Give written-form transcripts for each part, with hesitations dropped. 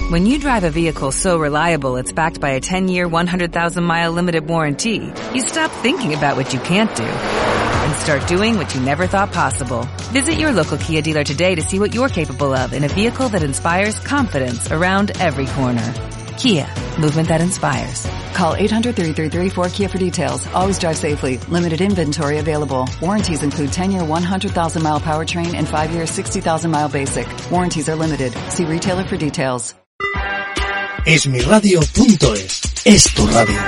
When you drive a vehicle so reliable it's backed by a 10-year, 100,000-mile limited warranty, you stop thinking about what you can't do and start doing what you never thought possible. Visit your local Kia dealer today to see what you're capable of in a vehicle that inspires confidence around every corner. Kia, movement that inspires. Call 800-3334-KIA for details. Always drive safely. Limited inventory available. Warranties include 10-year 100,000-mile powertrain and 5-year 60,000-mile basic. Warranties are limited. See retailer for details. Esmiradio.es es tu radio.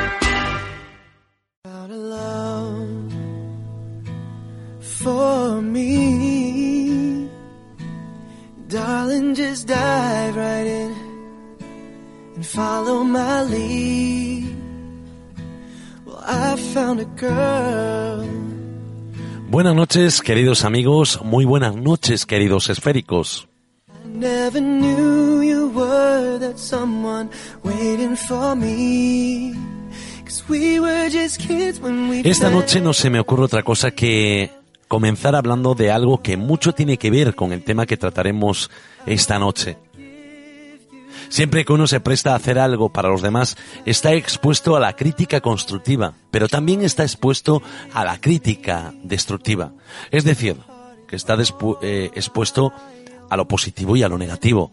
For me, darling, just dive right in and follow my lead. Well, I found a girl. Buenas noches, queridos amigos. Muy buenas noches, queridos esféricos. Never knew you were that someone waiting for me. 'Cause we were just kids when we Esta noche no se me ocurre otra cosa que comenzar hablando de algo que mucho tiene que ver con el tema que trataremos esta noche. Siempre que uno se presta a hacer algo para los demás, está expuesto a la crítica constructiva, pero también está expuesto a la crítica destructiva. Es decir, que está expuesto a lo positivo y a lo negativo.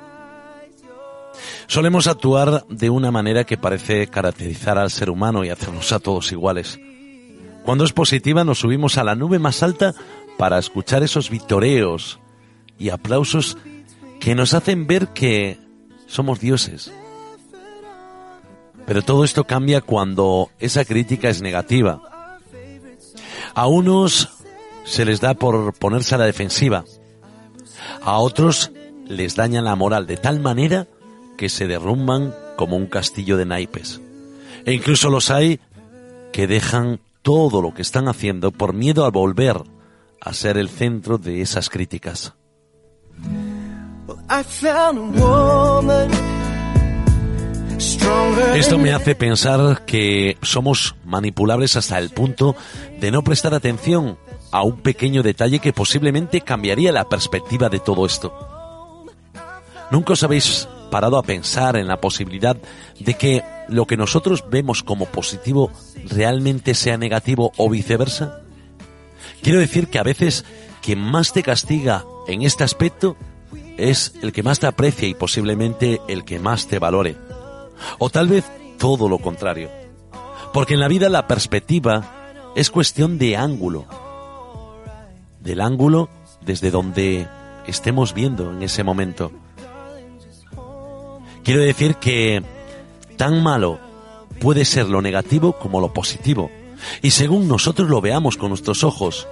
Solemos actuar de una manera que parece caracterizar al ser humano y hacernos a todos iguales. Cuando es positiva nos subimos a la nube más alta para escuchar esos vitoreos y aplausos que nos hacen ver que somos dioses. Pero todo esto cambia cuando esa crítica es negativa. A unos se les da por ponerse a la defensiva. A otros les dañan la moral de tal manera que se derrumban como un castillo de naipes. E incluso los hay que dejan todo lo que están haciendo por miedo a volver a ser el centro de esas críticas. Esto me hace pensar que somos manipulables hasta el punto de no prestar atención a un pequeño detalle que posiblemente cambiaría la perspectiva de todo esto. ¿Nunca os habéis parado a pensar en la posibilidad de que lo que nosotros vemos como positivo realmente sea negativo o viceversa? Quiero decir que a veces quien más te castiga en este aspecto es el que más te aprecia y posiblemente el que más te valore. O tal vez todo lo contrario. Porque en la vida la perspectiva es cuestión de ángulo. Del ángulo desde donde estemos viendo en ese momento. Quiero decir que tan malo puede ser lo negativo como lo positivo. Y según nosotros lo veamos con nuestros ojos,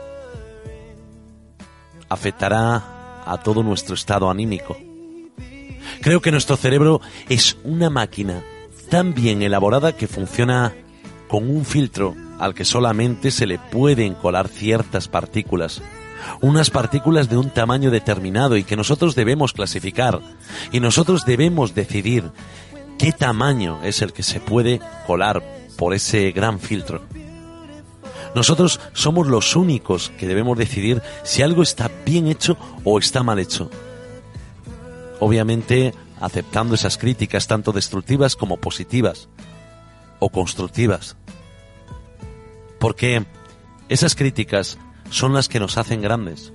afectará a todo nuestro estado anímico. Creo que nuestro cerebro es una máquina tan bien elaborada que funciona con un filtro al que solamente se le pueden colar ciertas partículas. Unas partículas de un tamaño determinado y que nosotros debemos clasificar. Y nosotros debemos decidir qué tamaño es el que se puede colar por ese gran filtro. Nosotros somos los únicos que debemos decidir si algo está bien hecho o está mal hecho. Obviamente aceptando esas críticas tanto destructivas como positivas o constructivas. Porque esas críticas son las que nos hacen grandes.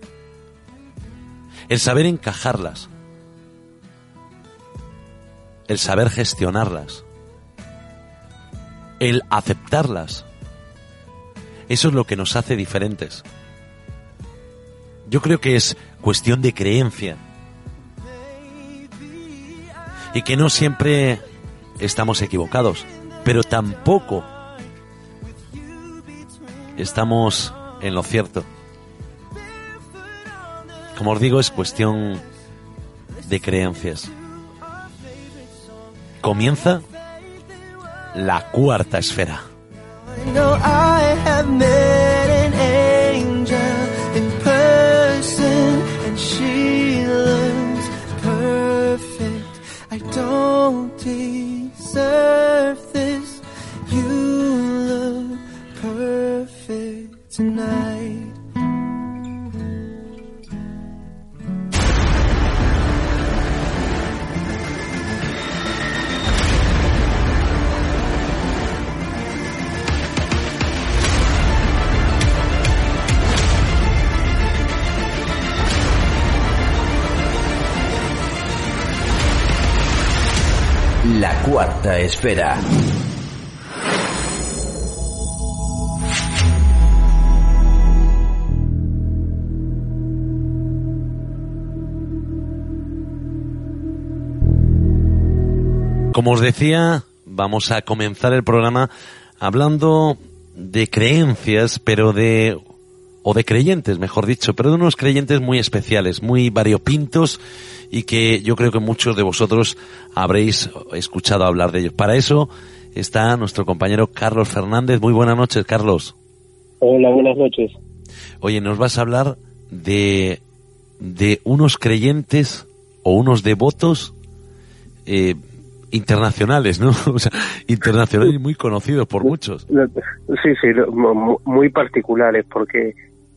El saber encajarlas, el saber gestionarlas, el aceptarlas, eso es lo que nos hace diferentes. Yo creo que es cuestión de creencia y que no siempre estamos equivocados, pero tampoco estamos en lo cierto. Como os digo, es cuestión de creencias. Comienza la cuarta esfera. La Cuarta Esfera. Como os decía, vamos a comenzar el programa hablando de creencias, o de creyentes, mejor dicho, pero de unos creyentes muy especiales, muy variopintos, y que yo creo que muchos de vosotros habréis escuchado hablar de ellos. Para eso está nuestro compañero Carlos Fernández. Muy buenas noches, Carlos. Hola, buenas noches. Oye, nos vas a hablar de unos creyentes o unos devotos internacionales, ¿no? O sea, internacionales y muy conocidos por muchos. Sí, muy particulares, porque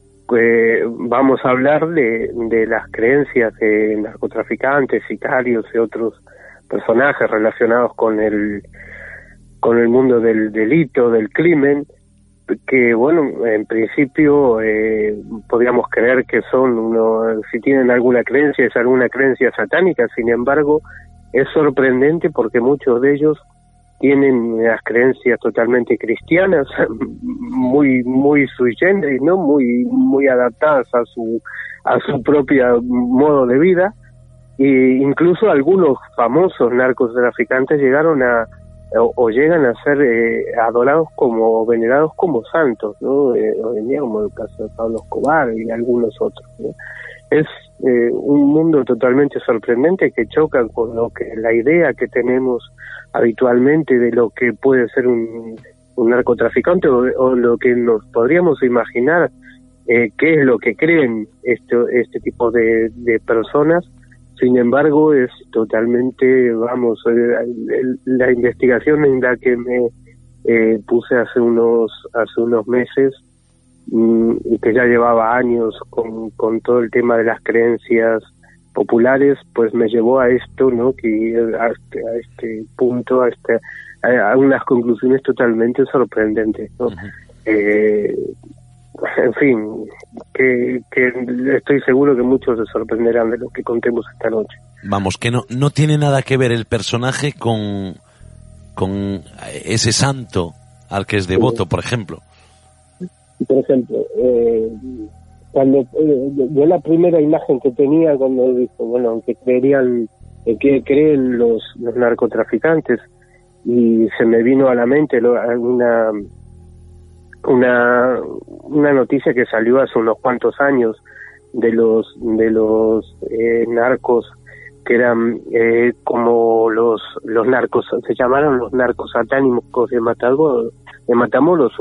vamos a hablar de las creencias de narcotraficantes, sicarios y otros personajes relacionados con el mundo del delito, del crimen, que bueno, en principio podríamos creer que si tienen alguna creencia, es alguna creencia satánica. Sin embargo, es sorprendente porque muchos de ellos tienen unas creencias totalmente cristianas, muy sui generis, ¿no? Muy adaptadas a su propio modo de vida. E incluso algunos famosos narcotraficantes llegaron llegan a ser adorados venerados como santos, ¿no? Hoy en día, como el caso de Pablo Escobar y algunos otros, ¿no? Es un mundo totalmente sorprendente que choca con la idea que tenemos habitualmente de lo que puede ser un narcotraficante o lo que nos podríamos imaginar qué es lo que creen este tipo de personas. Sin embargo, es totalmente, la investigación en la que me puse hace unos meses, y que ya llevaba años con todo el tema de las creencias populares, pues me llevó a esto, ¿no? A este punto, a unas conclusiones totalmente sorprendentes, ¿no? En fin, que estoy seguro que muchos se sorprenderán de lo que contemos esta noche. Vamos, que no tiene nada que ver el personaje con ese santo al que es devoto, por ejemplo. Por ejemplo, cuando yo la primera imagen que tenía cuando dijo, bueno, que creen los narcotraficantes, y se me vino a la mente una noticia que salió hace unos cuantos años de los narcos que eran como los narcos, se llamaron los narcos satánicos de Matamoros,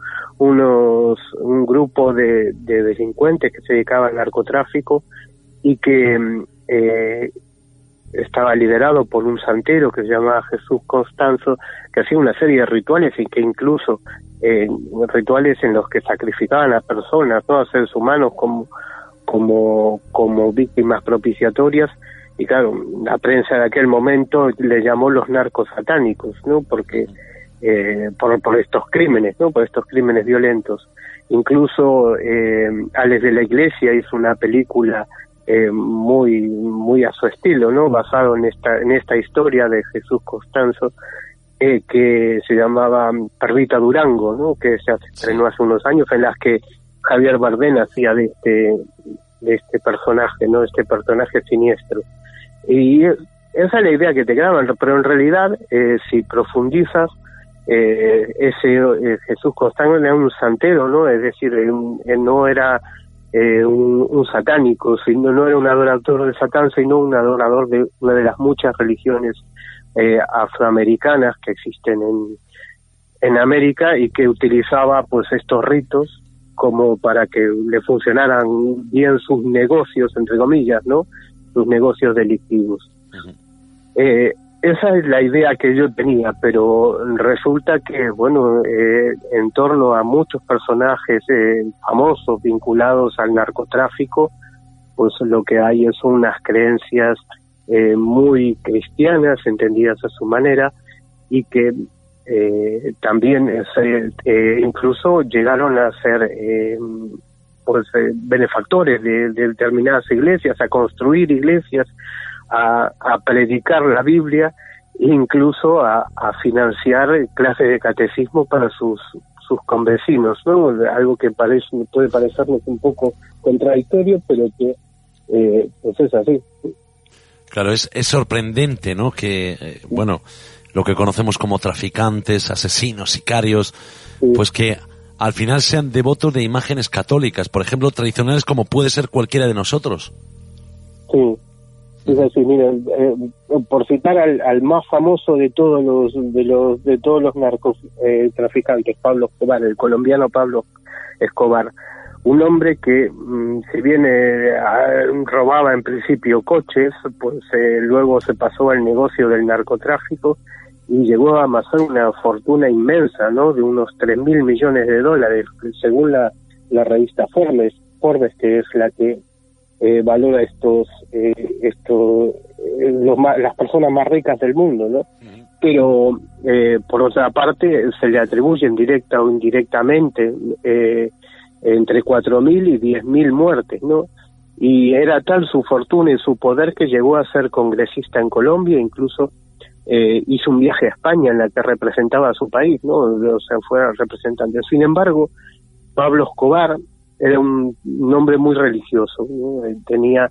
un grupo de delincuentes que se dedicaban al narcotráfico y que estaba liderado por un santero que se llamaba Jesús Constanzo, que hacía una serie de rituales y que incluso rituales en los que sacrificaban a personas, ¿no? A seres humanos como víctimas propiciatorias. Y claro, la prensa de aquel momento le llamó los narcos satánicos, ¿no? Porque por estos crímenes, ¿no? Por estos crímenes violentos. Incluso Alex de la Iglesia hizo una película muy a su estilo, ¿no? Basado en esta historia de Jesús Constanzo, que se llamaba Perrita Durango, ¿no? Que se estrenó hace unos años, en las que Javier Bardem hacía de este personaje, ¿no? Este personaje siniestro. Y esa es la idea que te graban, pero en realidad, si profundizas, Jesús Constanzo era un santero, ¿no? Es decir, él no era un satánico, sino no era un adorador de Satán, sino un adorador de una de las muchas religiones afroamericanas que existen en América, y que utilizaba pues estos ritos como para que le funcionaran bien sus negocios, entre comillas, ¿no? Sus negocios delictivos. Uh-huh. Esa es la idea que yo tenía, pero resulta que, bueno, en torno a muchos personajes famosos vinculados al narcotráfico, pues lo que hay son unas creencias muy cristianas, entendidas a su manera, y que también incluso llegaron a ser benefactores de determinadas iglesias, a construir iglesias, a predicar la Biblia, incluso a financiar clases de catecismo para sus convecinos, ¿no? Algo que puede parecernos un poco contradictorio, pero que pues es así. Claro, es sorprendente, ¿no? Que, bueno, lo que conocemos como traficantes, asesinos, sicarios, pues que al final sean devotos de imágenes católicas, por ejemplo, tradicionales como puede ser cualquiera de nosotros. Sí, es así. Mira, por citar al más famoso de todos los narcotraficantes, Pablo Escobar, el colombiano Pablo Escobar, un hombre que si bien robaba en principio coches, pues luego se pasó al negocio del narcotráfico y llegó a amasar una fortuna inmensa, ¿no? De unos 3.000 millones de dólares, según la revista Forbes, que es la que valora las personas más ricas del mundo, ¿no? Pero por otra parte se le atribuyen directa o indirectamente entre 4.000 y 10.000 muertes, ¿no? Y era tal su fortuna y su poder que llegó a ser congresista en Colombia, incluso hizo un viaje a España en la que representaba a su país, ¿no? O sea, fue representante. Sin embargo, Pablo Escobar era un hombre muy religioso, ¿no? Él tenía,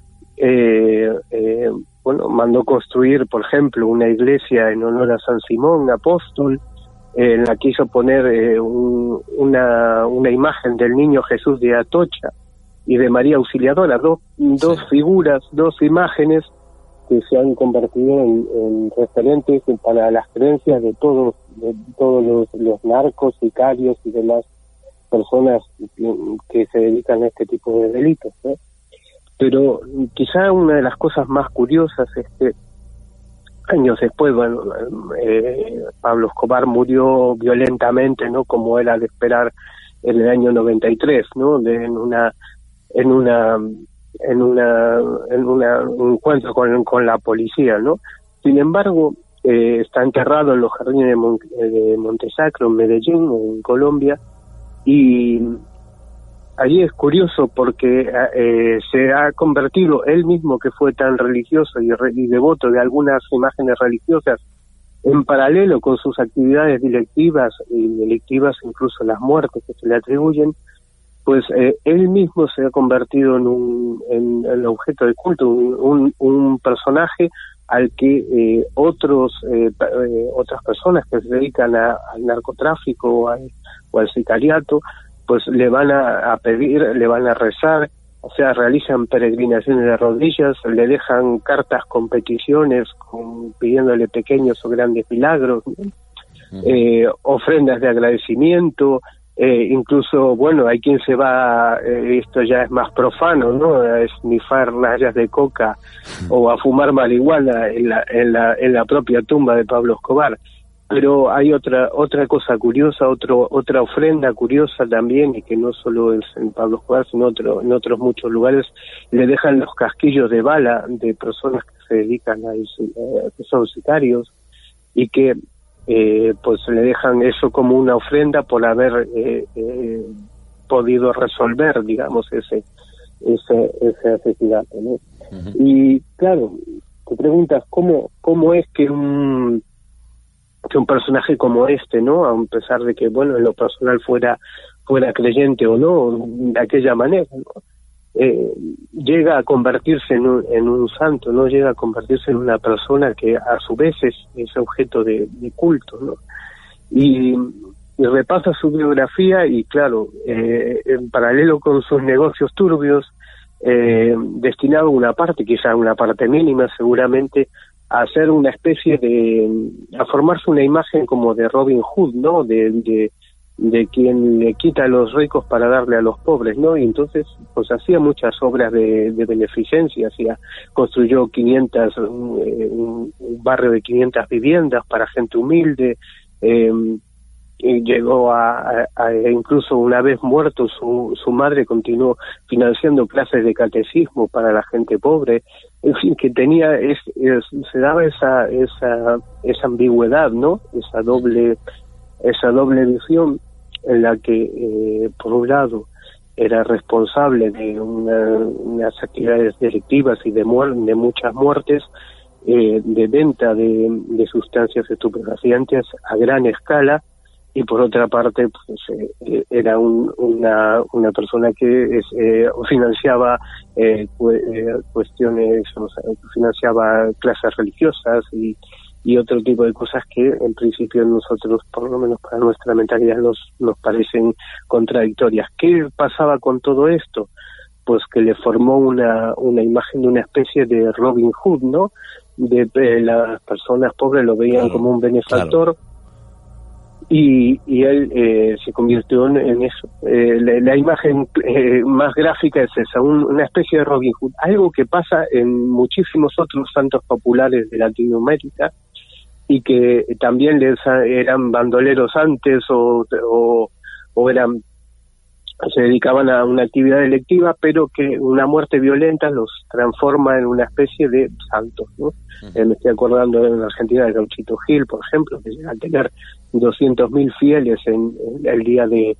mandó construir, por ejemplo, una iglesia en honor a San Simón, apóstol, en la que hizo poner una imagen del niño Jesús de Atocha y de María Auxiliadora, dos figuras, dos imágenes que se han convertido en referentes para las creencias de todos los narcos, sicarios y demás personas que se dedican a este tipo de delitos, ¿no? Pero quizá una de las cosas más curiosas es que años después, Pablo Escobar murió violentamente, ¿no? Como era de esperar, en el año 93, ¿no? En un encuentro con la policía, ¿no? Sin embargo, está enterrado en los jardines de Montesacro, en Medellín, en Colombia, y allí es curioso porque se ha convertido él mismo, que fue tan religioso y devoto de algunas imágenes religiosas, en paralelo con sus actividades delictivas incluso las muertes que se le atribuyen, pues él mismo se ha convertido en objeto de culto, un personaje al que otras personas que se dedican al narcotráfico o al sicariato, pues le van a pedir, le van a rezar, o sea, realizan peregrinaciones de rodillas, le dejan cartas con peticiones, pidiéndole pequeños o grandes milagros, ofrendas de agradecimiento, incluso, bueno, hay quien se va, esto ya es más profano, ¿no?, a esnifar rayas de coca o a fumar marihuana en la propia tumba de Pablo Escobar. Pero hay otra cosa curiosa, otra ofrenda curiosa también, y que no solo es en Pablo Escobar, sino en otros muchos lugares, le dejan los casquillos de bala de personas que se dedican que son sicarios, y que pues le dejan eso como una ofrenda por haber podido resolver, digamos, ese asesinato, ¿no? Uh-huh. Y claro, te preguntas cómo es que un personaje como este, ¿no?, a pesar de que, bueno, en lo personal fuera creyente o no, de aquella manera, ¿no?, llega a convertirse en un santo, no llega a convertirse en una persona que a su vez es objeto de culto, ¿no? Y repasa su biografía y, claro, en paralelo con sus negocios turbios, destinado una parte, quizá una parte mínima seguramente, a hacer una especie a formarse una imagen como de Robin Hood, ¿no?, de quien le quita a los ricos para darle a los pobres, ¿no? Y entonces pues hacía muchas obras de beneficencia, construyó un barrio de 500 viviendas para gente humilde, y llegó a incluso, una vez muerto su madre, continuó financiando clases de catecismo para la gente pobre. En fin, que tenía se daba esa ambigüedad, ¿no?, esa doble visión, en la que por un lado era responsable de unas actividades delictivas y de muchas muertes, de venta de sustancias estupefacientes a gran escala, y por otra parte pues, era una persona que financiaba cuestiones, o sea, financiaba clases religiosas y otro tipo de cosas que en principio nosotros, por lo menos para nuestra mentalidad, nos parecen contradictorias. ¿Qué pasaba con todo esto? Pues que le formó una imagen de una especie de Robin Hood, ¿no? De las personas pobres lo veían como un benefactor. Claro. Y él se convirtió en eso. La imagen más gráfica es esa, una especie de Robin Hood. Algo que pasa en muchísimos otros santos populares de Latinoamérica y que también eran bandoleros antes o se dedicaban a una actividad delictiva, pero que una muerte violenta los transforma en una especie de santos, ¿no? Me estoy acordando en Argentina de Gauchito Gil, por ejemplo, que llega a tener 200.000 fieles en el día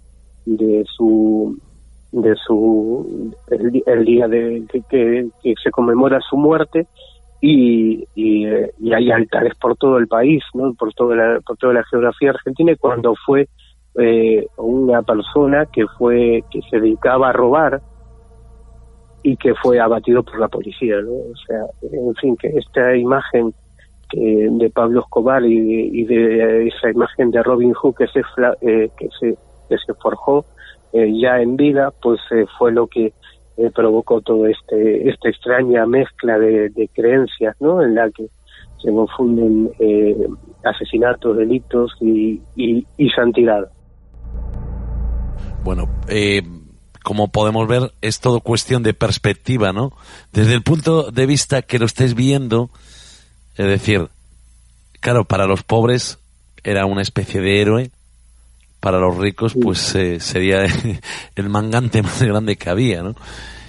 el día que se conmemora su muerte, y hay altares por todo el país, ¿no? por toda la geografía argentina. Y cuando fue una persona que se dedicaba a robar y que fue abatido por la policía, ¿no? O sea, en fin, que esta imagen de Pablo Escobar y de esa imagen de Robin Hood que se forjó ya en vida, pues fue lo que provocó todo esta extraña mezcla de creencias, ¿no? En la que se confunden asesinatos, delitos y santidad. Bueno, como podemos ver, es todo cuestión de perspectiva, ¿no? Desde el punto de vista que lo estés viendo, es decir, claro, para los pobres era una especie de héroe, para los ricos pues sería el mangante más grande que había, ¿no?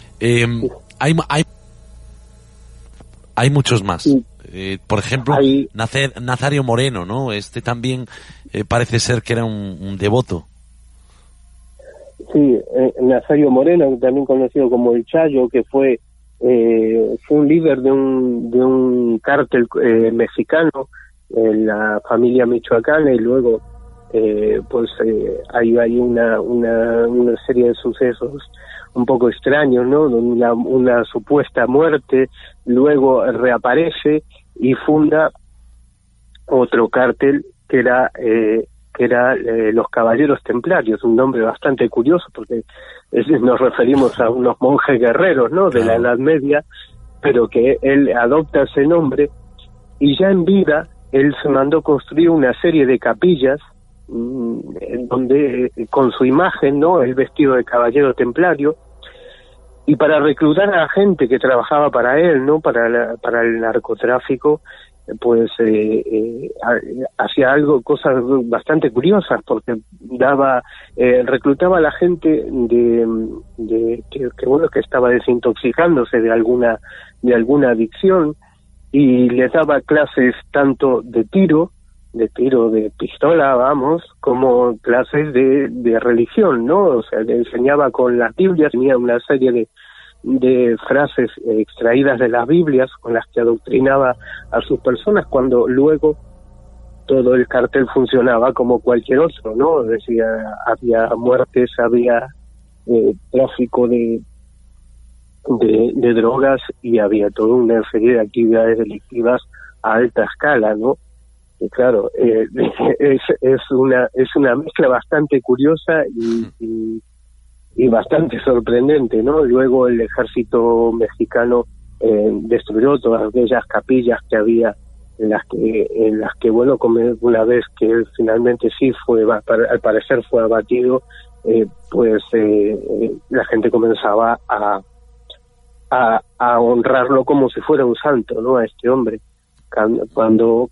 Hay muchos más. Por ejemplo, Nazario Moreno, ¿no? Este también parece ser que era un devoto. Sí, Nazario Moreno, también conocido como el Chayo, que fue un líder de un cártel mexicano en la familia michoacana, y luego hay una serie de sucesos un poco extraños, ¿no? Una supuesta muerte, luego reaparece y funda otro cártel que era los Caballeros Templarios, un nombre bastante curioso porque nos referimos a unos monjes guerreros, ¿no? De la Edad Media, pero que él adopta ese nombre, y ya en vida él se mandó construir una serie de capillas donde con su imagen, ¿no? El vestido de caballero templario, y para reclutar a la gente que trabajaba para él, ¿no? Para el narcotráfico, pues hacía cosas bastante curiosas, porque reclutaba a la gente que estaba desintoxicándose de alguna adicción, y les daba clases tanto de tiro de pistola, vamos, como clases de religión, ¿no? O sea, le enseñaba con las Biblias, tenía una serie de frases extraídas de las Biblias con las que adoctrinaba a sus personas, cuando luego todo el cartel funcionaba como cualquier otro, ¿no? Decía, había muertes, había tráfico de drogas, y había toda una serie de actividades delictivas a alta escala, ¿no? Y claro, es una mezcla bastante curiosa y bastante sorprendente, ¿no? Luego el ejército mexicano destruyó todas aquellas capillas que había en las que bueno, como una vez que él finalmente sí al parecer fue abatido, la gente comenzaba a honrarlo como si fuera un santo, ¿no? A este hombre, cuando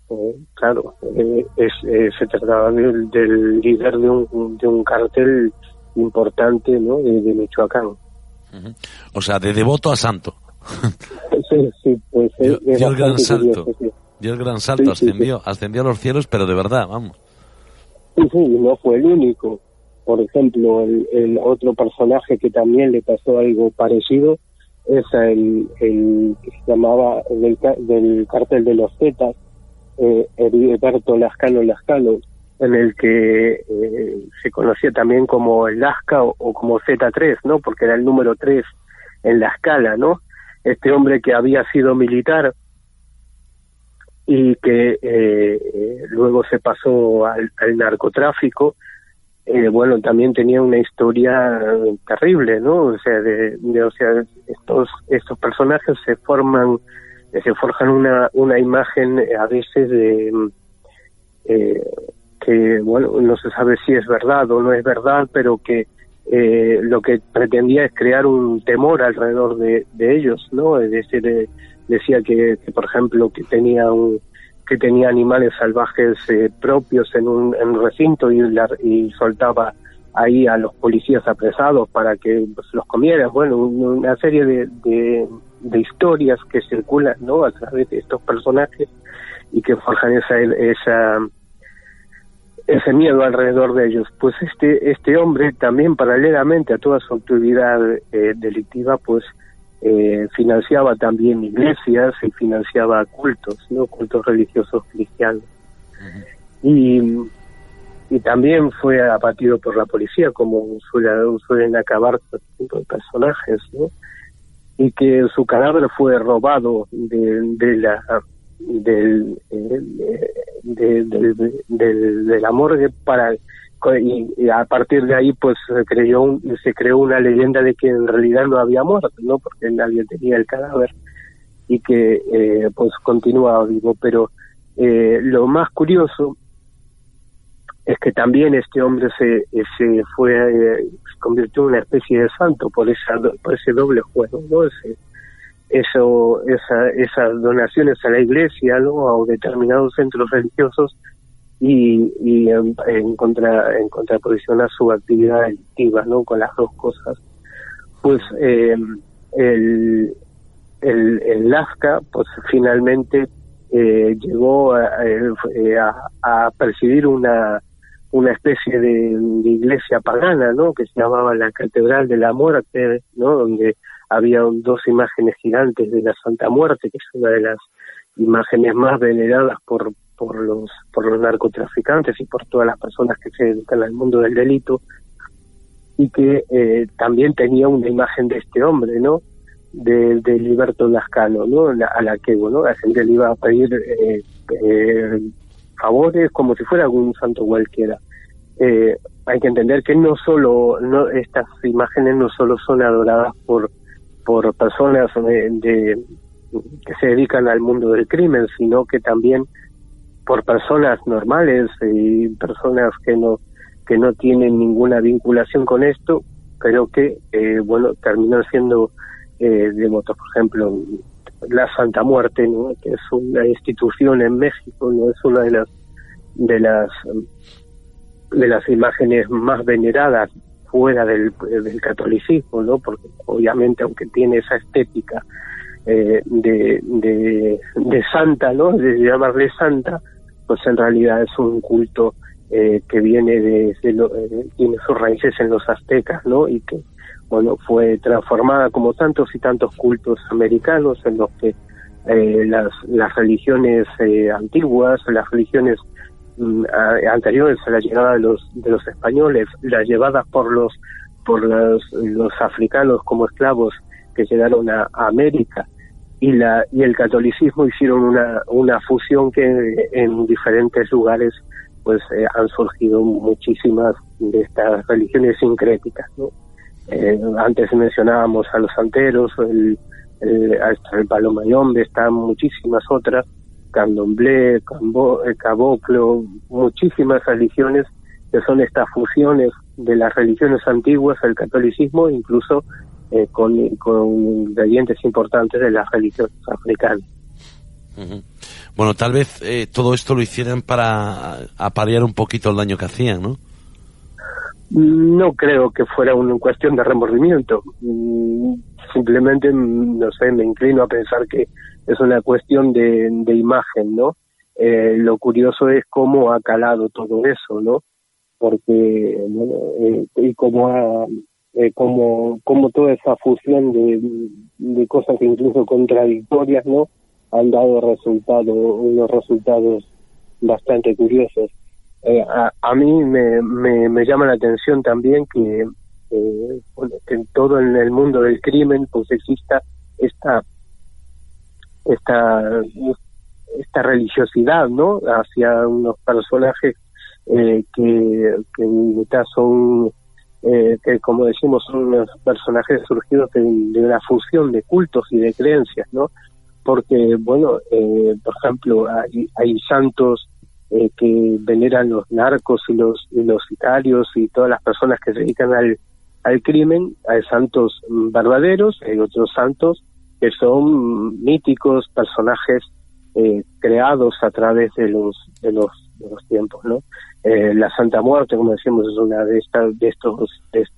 se trataba del líder de un cartel importante, ¿no? de Michoacán. O sea, de devoto a santo. Sí, pues dio el gran salto. Curioso, sí. Dio el gran salto, ascendió a los cielos, pero de verdad, vamos. Sí, no fue el único. Por ejemplo, el otro personaje que también le pasó algo parecido es el que se llamaba del cártel de los Zetas, Heriberto Lascano, en el que se conocía también como el Lasca o como Z3, ¿no? Porque era el número 3 en la escala, ¿no? Este hombre que había sido militar y que luego se pasó al narcotráfico, bueno, también tenía una historia terrible, ¿no? O sea, estos personajes se forjan una imagen a veces de que, bueno, no se sabe si es verdad o no es verdad, pero que lo que pretendía es crear un temor alrededor de ellos, ¿no? Es decir, decía que, por ejemplo, que tenía animales salvajes propios en un recinto y soltaba ahí a los policías apresados para que pues, los comieran. Bueno, una serie de historias que circulan, ¿no? A través de estos personajes y que forjan ese miedo alrededor de ellos. Pues este hombre también, paralelamente a toda su actividad delictiva, pues financiaba también iglesias y financiaba cultos, ¿no? Cultos religiosos cristianos. Uh-huh. Y también fue abatido por la policía, como suelen acabar este tipo de personajes, ¿no? Y que su cadáver fue robado de la morgue y a partir de ahí pues se creó una leyenda de que en realidad no había muerto, ¿no? Porque nadie tenía el cadáver y que pues continuaba vivo. Pero lo más curioso es que también este hombre se convirtió en una especie de santo por ese doble juego, ¿no? Esas donaciones a la iglesia, ¿no? O determinados centros religiosos y en contraposición a su actividad delictiva, ¿no? Con las dos cosas. Pues el Lasca pues finalmente llegó a presidir una especie de iglesia pagana, ¿no? Que se llamaba la Catedral de la Muerte, ¿no? Donde había dos imágenes gigantes de la Santa Muerte, que es una de las imágenes más veneradas por los narcotraficantes y por todas las personas que se dedican al mundo del delito, y que también tenía una imagen de este hombre, ¿no? De Heriberto Lascano, ¿no? A la que, bueno, la gente le iba a pedir favores como si fuera algún santo cualquiera. Hay que entender que estas imágenes no solo son adoradas por personas que se dedican al mundo del crimen, sino que también por personas normales y personas que no tienen ninguna vinculación con esto, pero que bueno, terminan siendo devotos. Por ejemplo, la Santa Muerte, ¿no? Que es una institución en México, no es una de las imágenes más veneradas fuera del catolicismo, ¿no? Porque obviamente, aunque tiene esa estética de santa, ¿no? De llamarle santa, pues en realidad es un culto que viene tiene sus raíces en los aztecas, ¿no? Y que, bueno, fue transformada como tantos y tantos cultos americanos en los que las religiones antiguas, las religiones anteriores a la llegada de los españoles, las llevadas por los africanos como esclavos que llegaron a América, y el catolicismo hicieron una fusión que en diferentes lugares pues han surgido muchísimas de estas religiones sincréticas, ¿no? Antes mencionábamos a los santeros, el Palomayombe, están muchísimas otras, Candomblé, Caboclo, muchísimas religiones que son estas fusiones de las religiones antiguas, el catolicismo, incluso con ingredientes importantes de las religiones africanas. Uh-huh. Bueno, tal vez todo esto lo hicieran para paliar un poquito el daño que hacían, ¿no? No creo que fuera una cuestión de remordimiento. Simplemente, no sé, me inclino a pensar que es una cuestión de imagen, ¿no? Lo curioso es cómo ha calado todo eso, ¿no? Porque, bueno, y cómo como toda esa fusión de cosas incluso contradictorias, ¿no? Han dado unos resultados bastante curiosos. A mí me llama la atención también que en todo en el mundo del crimen pues exista esta religiosidad, ¿no? Hacia unos personajes que en mitad son que, como decimos, son unos personajes surgidos de una fusión de cultos y de creencias, ¿no? Porque, bueno, por ejemplo, hay santos que veneran los narcos y los sicarios y todas las personas que se dedican al crimen. Hay santos verdaderos, hay otros santos que son míticos, personajes creados a través de los tiempos, ¿no? La Santa Muerte, como decimos, es una de estos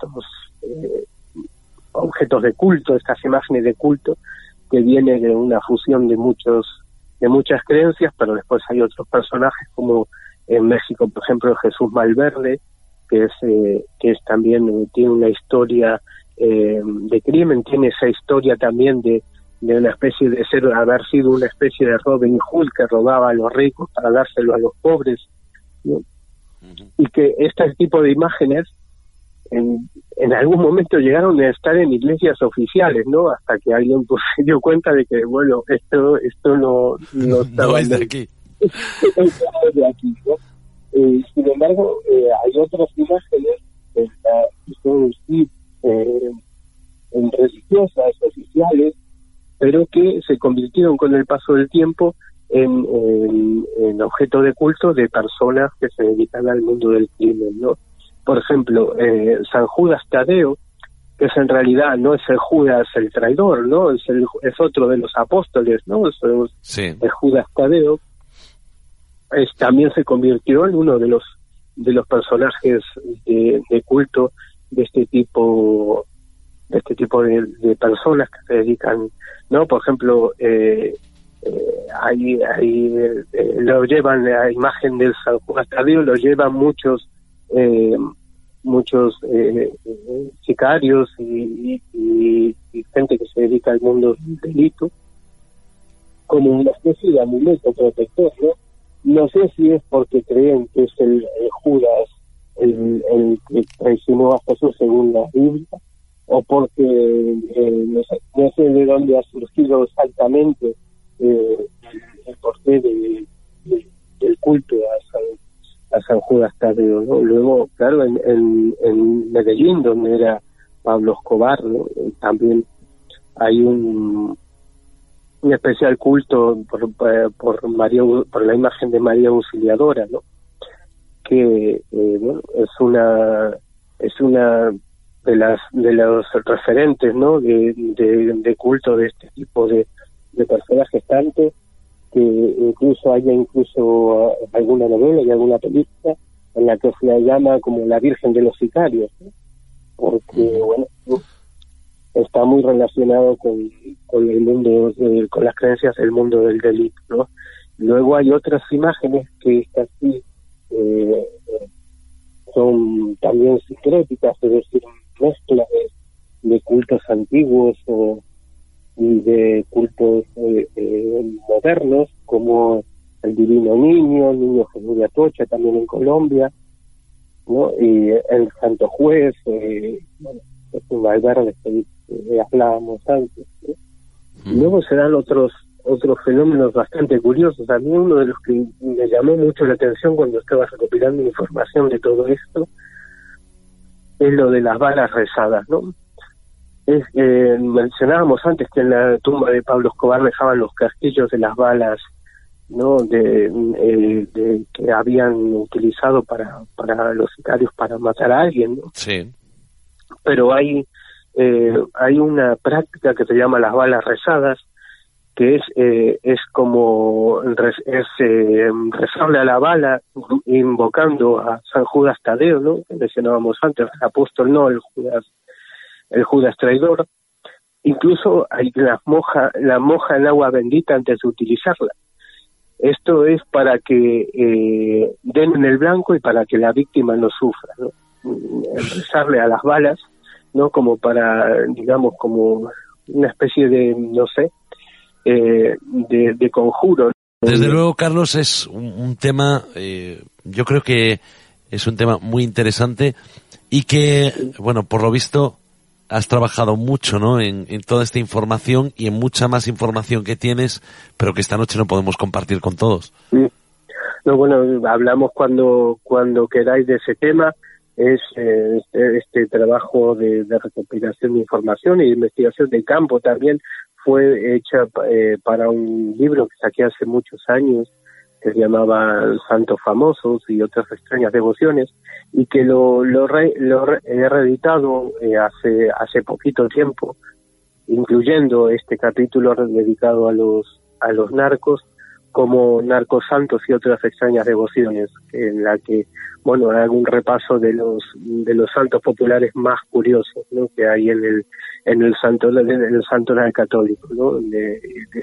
objetos de culto, estas imágenes de culto que viene de una fusión de muchas creencias, pero después hay otros personajes como en México, por ejemplo, Jesús Malverde, que es también tiene una historia de crimen, tiene esa historia también de una especie de haber sido una especie de Robin Hood que robaba a los ricos para dárselo a los pobres, ¿no? Y que este tipo de imágenes en algún momento llegaron a estar en iglesias oficiales, ¿no? Hasta que alguien pues, se dio cuenta de que, bueno, esto no estaba no es de aquí. No es de aquí, ¿no? Sin embargo, hay otras imágenes que son sí religiosas, oficiales, pero que se convirtieron con el paso del tiempo en objeto de culto de personas que se dedican al mundo del crimen, ¿no? Por ejemplo, San Judas Tadeo, que es en realidad no es el Judas el traidor, ¿no? Es otro de los apóstoles, ¿no? Sí. El Judas Tadeo también se convirtió en uno de los personajes de culto de este tipo de personas que se dedican, ¿no? Por ejemplo, ahí lo llevan, la imagen del San Judas Tadeo lo llevan muchos sicarios y gente que se dedica al mundo del delito como una especie de amuleto protector, ¿no? No sé si es porque creen que es el Judas el que traicionó a Jesús según la Biblia, o porque no sé de dónde ha surgido exactamente el porqué del culto a San Judas Tadeo, ¿no? Luego, claro, en Medellín, donde era Pablo Escobar, ¿no? También hay un especial culto por la imagen de María Auxiliadora, ¿no? Que bueno, es una de los referentes, ¿no? de culto de este tipo de personajes, tanto que incluso haya alguna novela y alguna película en la que se la llama como la Virgen de los Sicarios, ¿no? Porque bueno, está muy relacionado con el mundo, con las creencias del mundo del delito, ¿no? Luego hay otras imágenes que casi son también sincréticas, es decir, mezcla de cultos antiguos y de cultos modernos, como el Divino Niño, el Niño Jesús de Atocha, también en Colombia, ¿no? Y el Santo Juez, bueno, Jesús Valverde, que hablábamos antes, ¿no? Luego se dan otros fenómenos bastante curiosos. A mí uno de los que me llamó mucho la atención cuando estaba recopilando información de todo esto es lo de las balas rezadas, ¿no? Mencionábamos antes que en la tumba de Pablo Escobar dejaban los casquillos de las balas, ¿no? Que habían utilizado para los sicarios para matar a alguien, ¿no? Sí. Pero hay una práctica que se llama las balas rezadas, que es como rezarle a la bala invocando a San Judas Tadeo, ¿no? Que mencionábamos antes, el apóstol, no el Judas traidor. Incluso hay la moja en agua bendita antes de utilizarla. Esto es para que den en el blanco y para que la víctima no sufra, ¿no? Rezarle a las balas ¿no? Como para, digamos, como una especie de, no sé, de conjuro. Desde luego, Carlos, es un tema, yo creo que es un tema muy interesante y que, bueno, por lo visto has trabajado mucho, ¿no? En toda esta información y en mucha más información que tienes, pero que esta noche no podemos compartir con todos. No, bueno, hablamos cuando queráis de ese tema. Es este trabajo de recopilación de información y de investigación de campo también fue hecha para un libro que saqué hace muchos años que se llamaba Santos Famosos y otras extrañas devociones, y que lo he reeditado hace poquito tiempo, incluyendo este capítulo dedicado a los narcos, como Narcos Santos y otras extrañas devociones, en la que, bueno, hago un repaso de los santos populares más curiosos, ¿no?, que hay en el santoral católico, ¿no?, de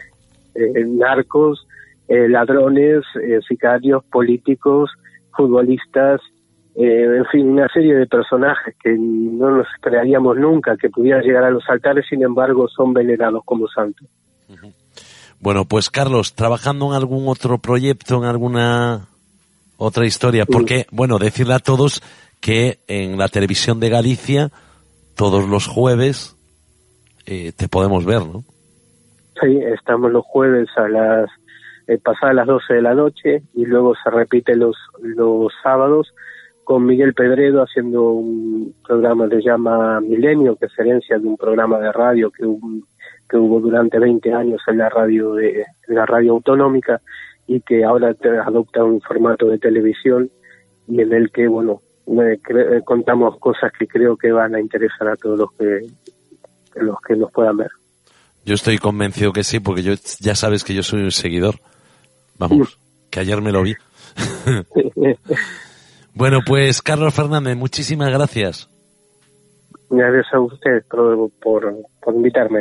narcos, ladrones, sicarios, políticos, futbolistas, en fin, una serie de personajes que no nos esperaríamos nunca que pudieran llegar a los altares, sin embargo son venerados como santos. Uh-huh. Bueno, pues Carlos, ¿trabajando en algún otro proyecto, en alguna otra historia? Porque, bueno, decirle a todos que en la televisión de Galicia, todos los jueves, te podemos ver, ¿no? Sí, estamos los jueves a pasadas las 12 de la noche, y luego se repite los sábados con Miguel Pedredo haciendo un programa que se llama Milenio, que es herencia de un programa de radio que hubo durante 20 años en la radio autonómica, y que ahora adopta un formato de televisión, y en el que, bueno, contamos cosas que creo que van a interesar a todos los que nos puedan ver. Yo estoy convencido que sí, porque ya sabes que yo soy un seguidor. Vamos, que ayer me lo vi. Bueno, pues Carlos Fernández, muchísimas gracias. Gracias a ustedes por invitarme.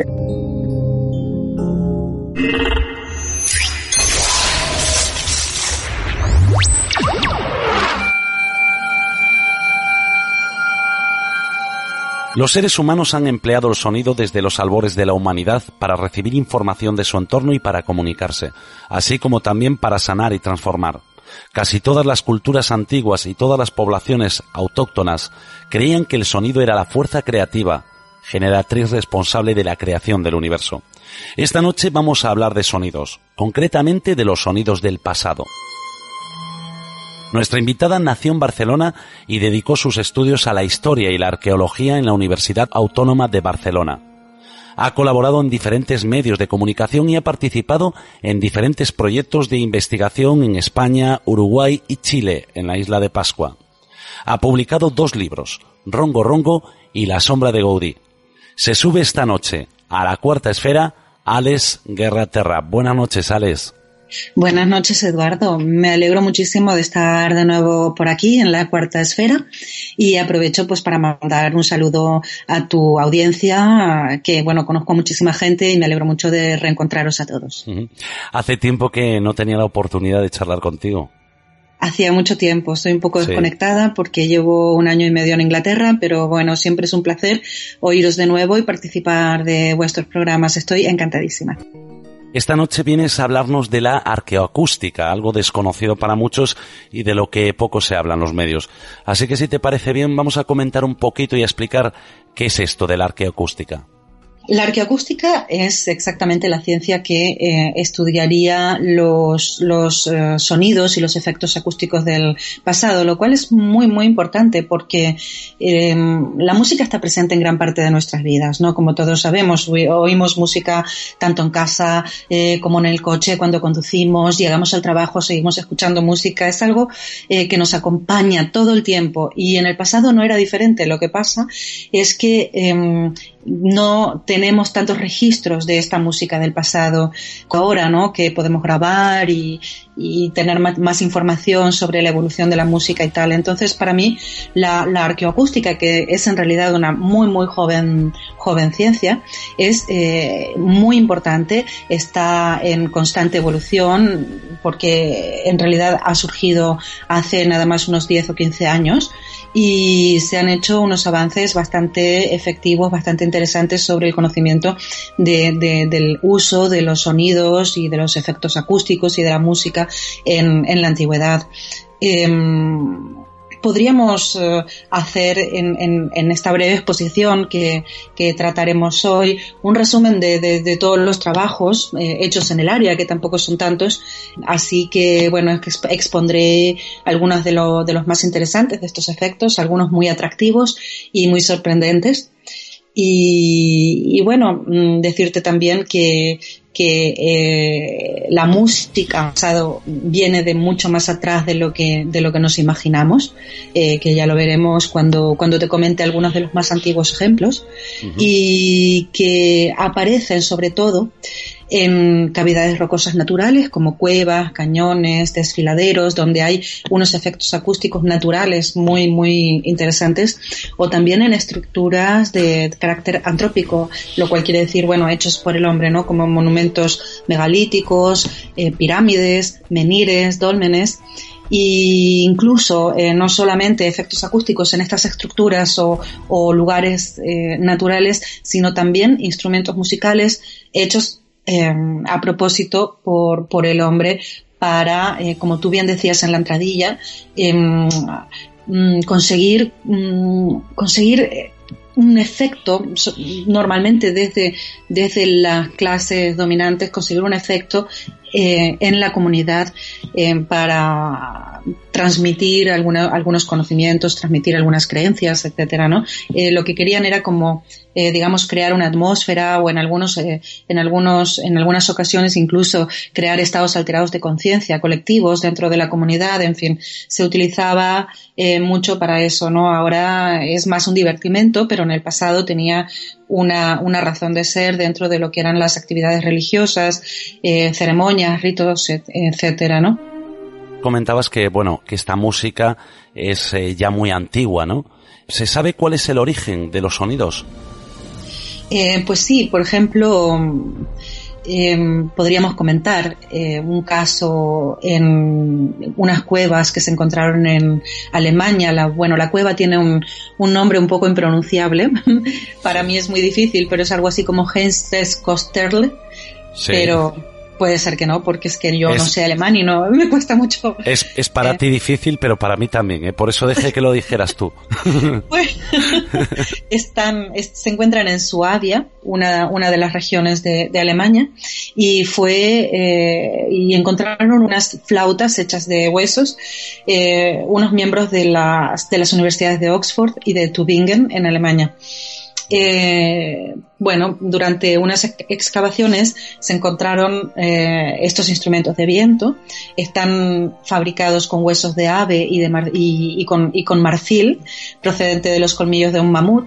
Los seres humanos han empleado el sonido desde los albores de la humanidad para recibir información de su entorno y para comunicarse, así como también para sanar y transformar. Casi todas las culturas antiguas y todas las poblaciones autóctonas creían que el sonido era la fuerza creativa, generatriz responsable de la creación del universo. Esta noche vamos a hablar de sonidos, concretamente de los sonidos del pasado. Nuestra invitada nació en Barcelona y dedicó sus estudios a la historia y la arqueología en la Universidad Autónoma de Barcelona. Ha colaborado en diferentes medios de comunicación y ha participado en diferentes proyectos de investigación en España, Uruguay y Chile, en la isla de Pascua. Ha publicado 2 libros, Rongo Rongo y La sombra de Gaudí. Se sube esta noche a la cuarta esfera Ales Guerra Terra. Buenas noches, Ales. Buenas noches, Eduardo. Me alegro muchísimo de estar de nuevo por aquí en la cuarta esfera, y aprovecho pues para mandar un saludo a tu audiencia, que bueno, conozco a muchísima gente y me alegro mucho de reencontraros a todos. Hace tiempo que no tenía la oportunidad de charlar contigo. Hacía mucho tiempo, estoy un poco desconectada porque llevo 1 año y medio en Inglaterra, pero bueno, siempre es un placer oíros de nuevo y participar de vuestros programas. Estoy encantadísima. Esta noche vienes a hablarnos de la arqueoacústica, algo desconocido para muchos y de lo que poco se habla en los medios. Así que si te parece bien, vamos a comentar un poquito y a explicar qué es esto de la arqueoacústica. La arqueoacústica es exactamente la ciencia que estudiaría los sonidos y los efectos acústicos del pasado, lo cual es muy, muy importante porque la música está presente en gran parte de nuestras vidas, ¿no? Como todos sabemos, oímos música tanto en casa como en el coche, cuando conducimos, llegamos al trabajo, seguimos escuchando música. Es algo que nos acompaña todo el tiempo, y en el pasado no era diferente. Lo que pasa es que no tenemos tantos registros de esta música del pasado ahora, ¿no? Que podemos grabar y tener más información sobre la evolución de la música y tal. Entonces, para mí, la arqueoacústica, que es en realidad una muy, muy joven ciencia, es muy importante, está en constante evolución, porque en realidad ha surgido hace nada más unos 10 o 15 años, y se han hecho unos avances bastante efectivos, bastante interesantes sobre el conocimiento del uso de los sonidos y de los efectos acústicos y de la música en la antigüedad. Podríamos hacer en esta breve exposición que trataremos hoy un resumen de todos los trabajos hechos en el área, que tampoco son tantos, así que bueno, expondré algunos de los más interesantes de estos efectos, algunos muy atractivos y muy sorprendentes. Y bueno, decirte también que la música viene de mucho más atrás de lo que nos imaginamos, que ya lo veremos cuando te comente algunos de los más antiguos ejemplos, y que aparecen sobre todo en cavidades rocosas naturales como cuevas, cañones, desfiladeros, donde hay unos efectos acústicos naturales muy, muy interesantes, o también en estructuras de carácter antrópico, lo cual quiere decir, bueno, hechos por el hombre, ¿no? Como monumentos megalíticos, pirámides, menhires, dólmenes. Y incluso no solamente efectos acústicos en estas estructuras o lugares naturales, sino también instrumentos musicales hechos a propósito por el hombre para, como tú bien decías en la entradilla, conseguir un efecto, normalmente desde las clases dominantes, conseguir un efecto en la comunidad para transmitir algunos conocimientos, transmitir algunas creencias, etcétera, ¿no? Lo que querían era como, digamos, crear una atmósfera, o en algunas ocasiones incluso crear estados alterados de conciencia colectivos dentro de la comunidad. En fin, se utilizaba mucho para eso, ¿no? Ahora es más un divertimento, pero en el pasado tenía una razón de ser dentro de lo que eran las actividades religiosas, ceremonias, ritos, etcétera, ¿no? Comentabas que esta música es ya muy antigua, ¿no? ¿Se sabe cuál es el origen de los sonidos? Pues sí, por ejemplo, podríamos comentar un caso en unas cuevas que se encontraron en Alemania. La cueva tiene un nombre un poco impronunciable. Para mí es muy difícil, pero es algo así como Heinz-Kosterle. Sí. Pero puede ser que no, porque es que yo no sé alemán y no me cuesta mucho. Es para ti difícil, pero para mí también, por eso dejé que lo dijeras tú. Pues, se encuentran en Suabia, una de las regiones de Alemania, y encontraron unas flautas hechas de huesos, unos miembros de las universidades de Oxford y de Tübingen en Alemania. Durante unas excavaciones se encontraron estos instrumentos de viento. Están fabricados con huesos de ave y con marfil procedente de los colmillos de un mamut.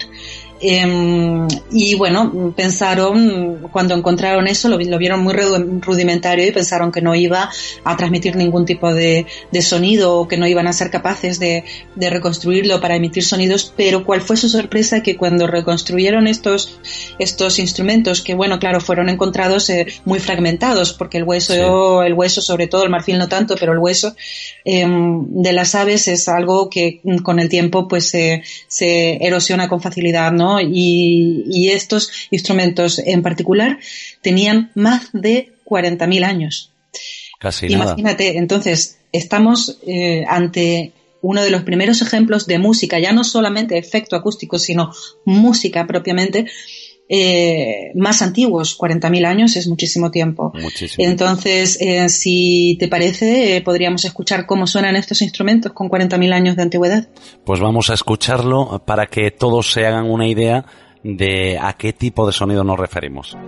Pensaron, cuando encontraron eso, lo vieron muy rudimentario y pensaron que no iba a transmitir ningún tipo de sonido, o que no iban a ser capaces de reconstruirlo para emitir sonidos. Pero cuál fue su sorpresa, que cuando reconstruyeron estos instrumentos, que fueron encontrados muy fragmentados, porque el hueso, sobre todo el marfil no tanto, pero el hueso de las aves es algo que con el tiempo pues se erosiona con facilidad, ¿no? Y estos instrumentos en particular tenían más de 40.000 años. Casi nada. Imagínate, entonces estamos ante uno de los primeros ejemplos de música, ya no solamente efecto acústico, sino música propiamente, más antiguos. 40.000 años es muchísimo tiempo. Muchísimo. Entonces, si te parece, podríamos escuchar cómo suenan estos instrumentos con 40.000 años de antigüedad. Pues vamos a escucharlo para que todos se hagan una idea de a qué tipo de sonido nos referimos.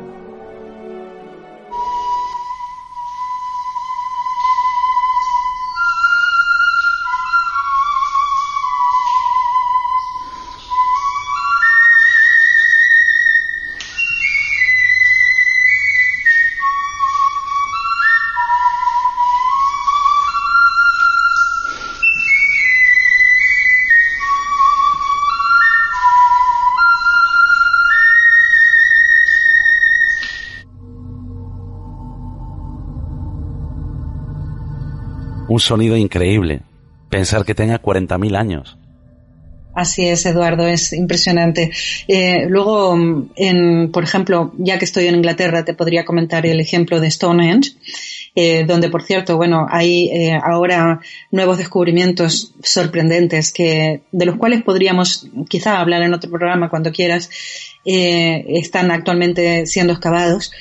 un sonido increíble. Pensar que tenga 40.000 años. Así es, Eduardo, es impresionante. Luego, por ejemplo, ya que estoy en Inglaterra, te podría comentar el ejemplo de Stonehenge, donde, por cierto, bueno, hay ahora nuevos descubrimientos sorprendentes de los cuales podríamos quizá hablar en otro programa cuando quieras. Están actualmente siendo excavados.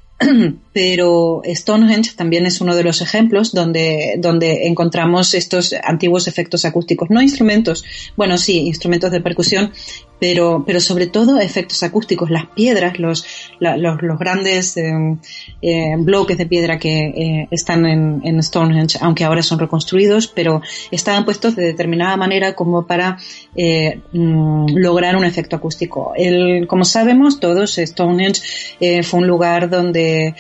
Pero Stonehenge también es uno de los ejemplos donde encontramos estos antiguos efectos acústicos, no instrumentos, bueno sí, instrumentos de percusión, pero sobre todo efectos acústicos, las piedras, los grandes bloques de piedra que están en Stonehenge, aunque ahora son reconstruidos, pero estaban puestos de determinada manera como para lograr un efecto acústico. Como sabemos todos, Stonehenge fue un lugar donde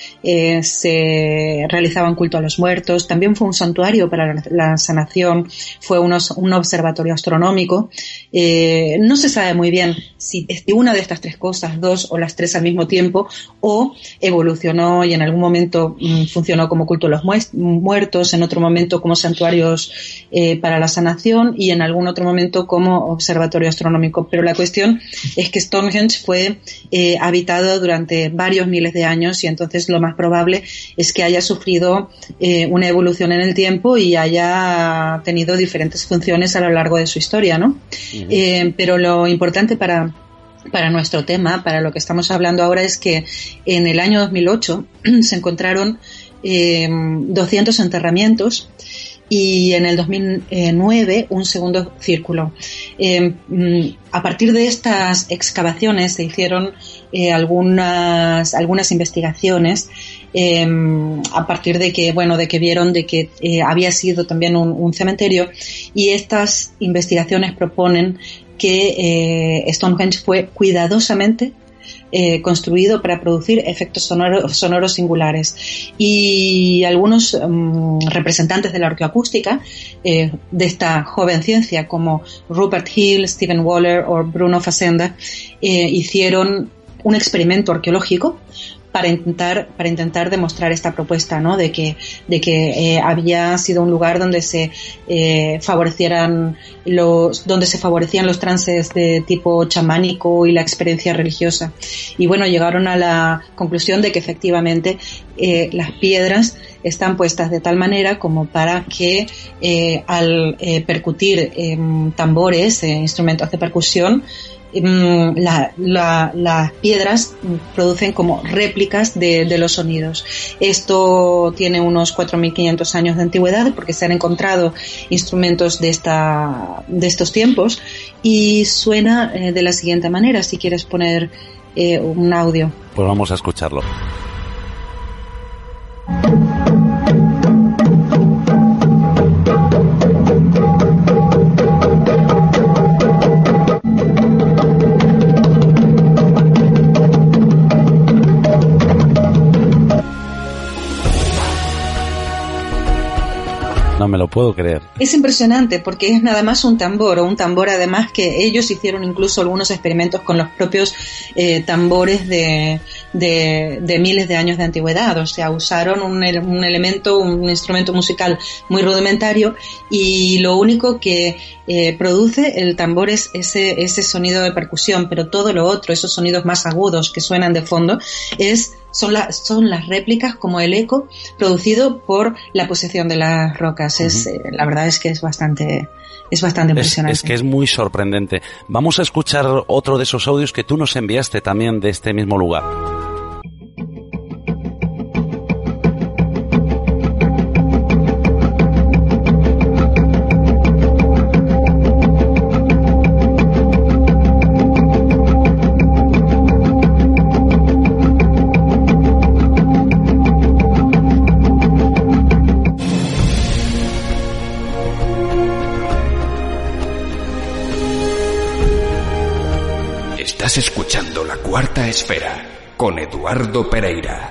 se realizaban culto a los muertos, también fue un santuario para la sanación, fue un observatorio astronómico. No se sabe muy bien si es una de estas tres cosas, dos o las tres al mismo tiempo, o evolucionó y en algún momento funcionó como culto a los muertos, en otro momento como santuarios para la sanación y en algún otro momento como observatorio astronómico. Pero la cuestión es que Stonehenge fue habitado durante varios miles de años y entonces lo más probable es que haya sufrido una evolución en el tiempo y haya tenido diferentes funciones a lo largo de su historia, ¿no? Pero lo importante para nuestro tema, para lo que estamos hablando ahora, es que en el año 2008 se encontraron 200 enterramientos y en el 2009 un segundo círculo. A partir de estas excavaciones se hicieron algunas investigaciones a partir de que vieron de que había sido también un cementerio, y estas investigaciones proponen que Stonehenge fue cuidadosamente construido para producir efectos sonoros singulares, y algunos representantes de la arqueoacústica de esta joven ciencia como Rupert Hill, Stephen Waller o Bruno Facenda hicieron un experimento arqueológico para intentar demostrar esta propuesta, ¿no? De que había sido un lugar donde se favorecían los trances de tipo chamánico y la experiencia religiosa. Y bueno, llegaron a la conclusión de que efectivamente las piedras están puestas de tal manera como para que al percutir tambores, instrumentos de percusión, las piedras producen como réplicas de los sonidos. Esto tiene unos 4.500 años de antigüedad, porque se han encontrado instrumentos de estos tiempos, y suena de la siguiente manera. Si quieres poner un audio, pues vamos a escucharlo. No me lo puedo creer. Es impresionante porque es nada más un tambor además que ellos hicieron incluso algunos experimentos con los propios tambores de miles de años de antigüedad. O sea, usaron un instrumento musical muy rudimentario, y lo único que produce el tambor es ese sonido de percusión, pero todo lo otro, esos sonidos más agudos que suenan de fondo, son las réplicas, como el eco producido por la posición de las rocas. La verdad es que es bastante impresionante. Es que es muy sorprendente. Vamos a escuchar otro de esos audios que tú nos enviaste también de este mismo lugar. Estás escuchando La Cuarta Esfera con Eduardo Pereira.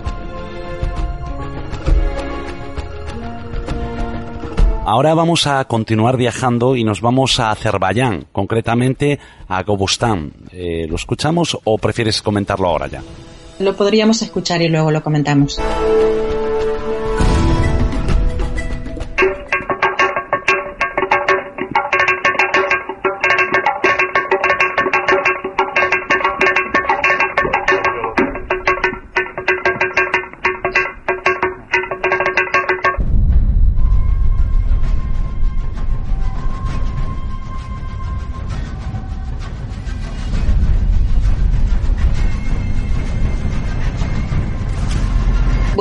Ahora vamos a continuar viajando y nos vamos a Azerbaiyán, concretamente a Gobustan. ¿Lo escuchamos o prefieres comentarlo ahora ya? Lo podríamos escuchar y luego lo comentamos.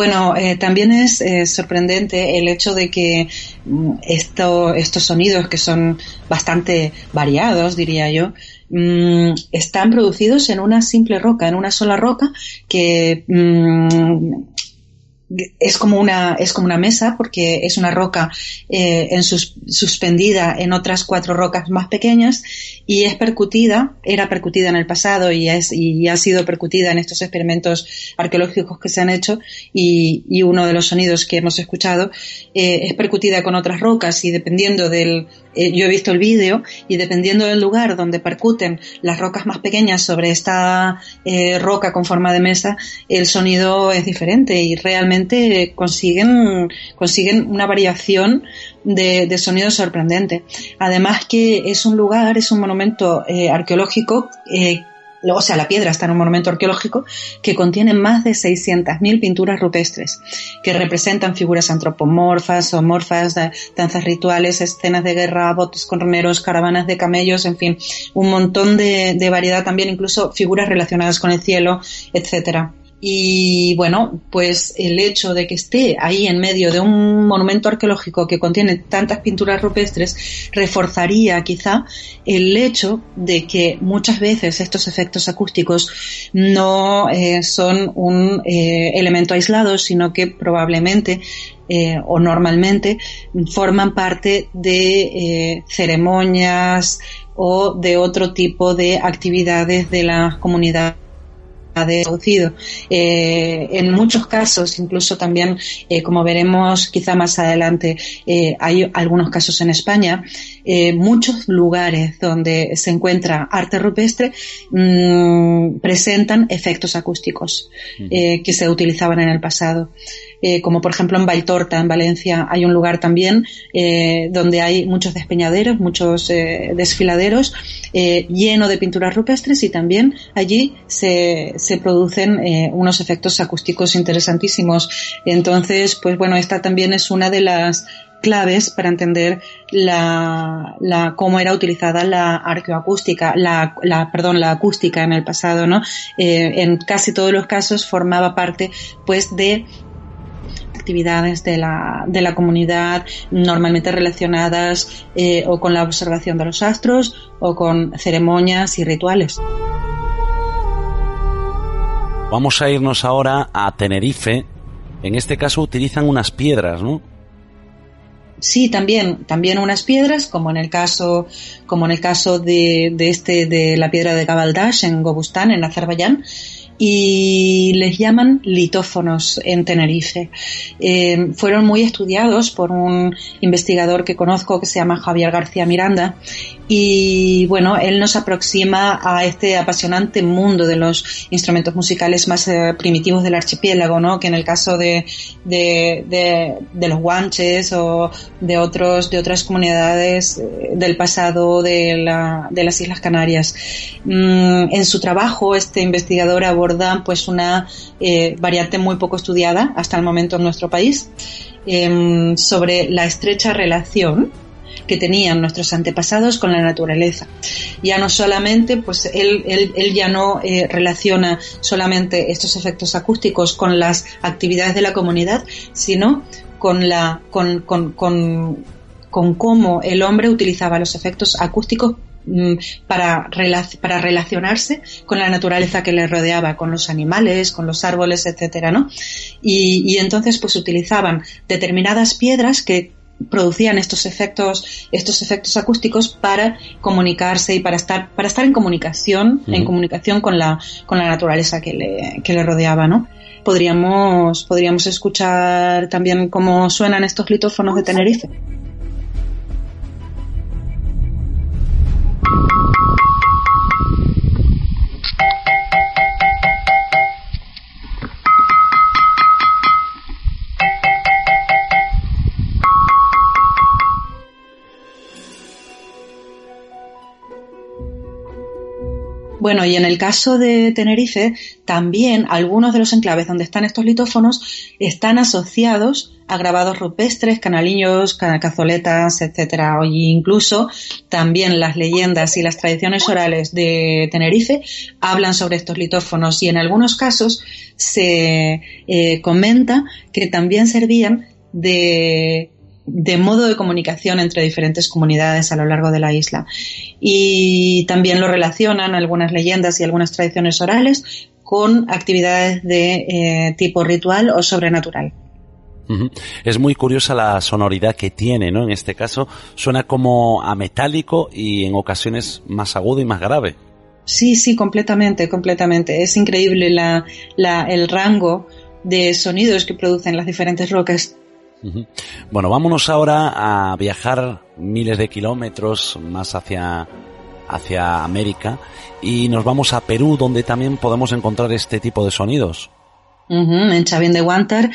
Bueno, también es sorprendente el hecho de que estos sonidos, que son bastante variados, diría yo, están producidos en una simple roca, en una sola roca que es como una mesa, porque es una roca suspendida en otras 4 rocas más pequeñas, y era percutida en el pasado y ha sido percutida en estos experimentos arqueológicos que se han hecho, y uno de los sonidos que hemos escuchado es percutida con otras rocas, y dependiendo yo he visto el vídeo, y dependiendo del lugar donde percuten las rocas más pequeñas sobre esta roca con forma de mesa, el sonido es diferente, y realmente consiguen una variación de sonido sorprendente. Además que es un monumento arqueológico, o sea, la piedra está en un monumento arqueológico que contiene más de 600.000 pinturas rupestres que representan figuras antropomorfas o morfas, danzas rituales, escenas de guerra, botes con remeros, caravanas de camellos, en fin, un montón de variedad, también incluso figuras relacionadas con el cielo, etcétera. Y bueno, pues el hecho de que esté ahí en medio de un monumento arqueológico que contiene tantas pinturas rupestres reforzaría quizá el hecho de que muchas veces estos efectos acústicos no son un elemento aislado, sino que probablemente o normalmente forman parte de ceremonias o de otro tipo de actividades de la comunidad traducido. En muchos casos, incluso también, como veremos quizá más adelante, hay algunos casos en España, muchos lugares donde se encuentra arte rupestre presentan efectos acústicos que se utilizaban en el pasado. Como por ejemplo en Valltorta, en Valencia, hay un lugar también donde hay muchos despeñaderos, muchos desfiladeros, lleno de pinturas rupestres, y también allí se producen unos efectos acústicos interesantísimos. Entonces, pues bueno, esta también es una de las claves para entender cómo era utilizada la arqueoacústica, la acústica en el pasado, ¿no? En casi todos los casos formaba parte, pues, de actividades de la comunidad, normalmente relacionadas o con la observación de los astros o con ceremonias y rituales. Vamos a irnos ahora a Tenerife. En este caso utilizan unas piedras, ¿no? Sí, también unas piedras, como en el caso de la piedra de Gabaldash en Gobustán, en Azerbaiyán, y les llaman litófonos en Tenerife. Fueron muy estudiados por un investigador que conozco que se llama Javier García Miranda, y bueno, él nos aproxima a este apasionante mundo de los instrumentos musicales más primitivos del archipiélago, ¿no? Que en el caso de los guanches o de otras comunidades del pasado de las Islas Canarias. En su trabajo, este investigador aborda pues una variante muy poco estudiada hasta el momento en nuestro país, sobre la estrecha relación que tenían nuestros antepasados con la naturaleza. Ya no solamente, pues él ya no relaciona solamente estos efectos acústicos con las actividades de la comunidad, sino con cómo el hombre utilizaba los efectos acústicos para relacionarse con la naturaleza que le rodeaba, con los animales, con los árboles, etcétera, ¿no? Y entonces pues utilizaban determinadas piedras que producían estos efectos acústicos para comunicarse y para estar en comunicación, con la naturaleza que le rodeaba, ¿no? Podríamos escuchar también cómo suenan estos litófonos de Tenerife. Bueno, y en el caso de Tenerife, también algunos de los enclaves donde están estos litófonos están asociados a grabados rupestres, canalillos, cazoletas, etcétera. E incluso también las leyendas y las tradiciones orales de Tenerife hablan sobre estos litófonos, y en algunos casos se comenta que también servían de modo de comunicación entre diferentes comunidades a lo largo de la isla. Y también lo relacionan algunas leyendas y algunas tradiciones orales con actividades de tipo ritual o sobrenatural. Es muy curiosa la sonoridad que tiene, ¿no? En este caso suena como a metálico y en ocasiones más agudo y más grave. Sí, completamente. Es increíble el rango de sonidos que producen las diferentes rocas. Bueno, vámonos ahora a viajar miles de kilómetros más hacia América, y nos vamos a Perú, donde también podemos encontrar este tipo de sonidos. En Chavín de Huántar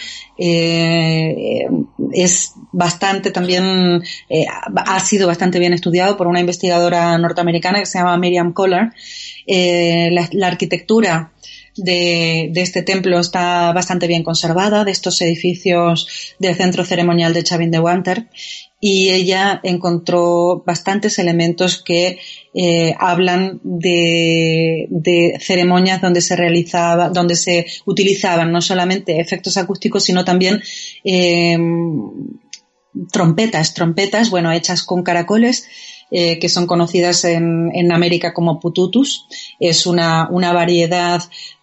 es bastante también, ha sido bastante bien estudiado por una investigadora norteamericana que se llama Miriam Kohler. La arquitectura de este templo está bastante bien conservada, de estos edificios del centro ceremonial de Chavín de Huántar, y ella encontró bastantes elementos que hablan de ceremonias donde se utilizaban no solamente efectos acústicos, sino también trompetas, bueno, hechas con caracoles, que son conocidas en América como pututus. Es una variedad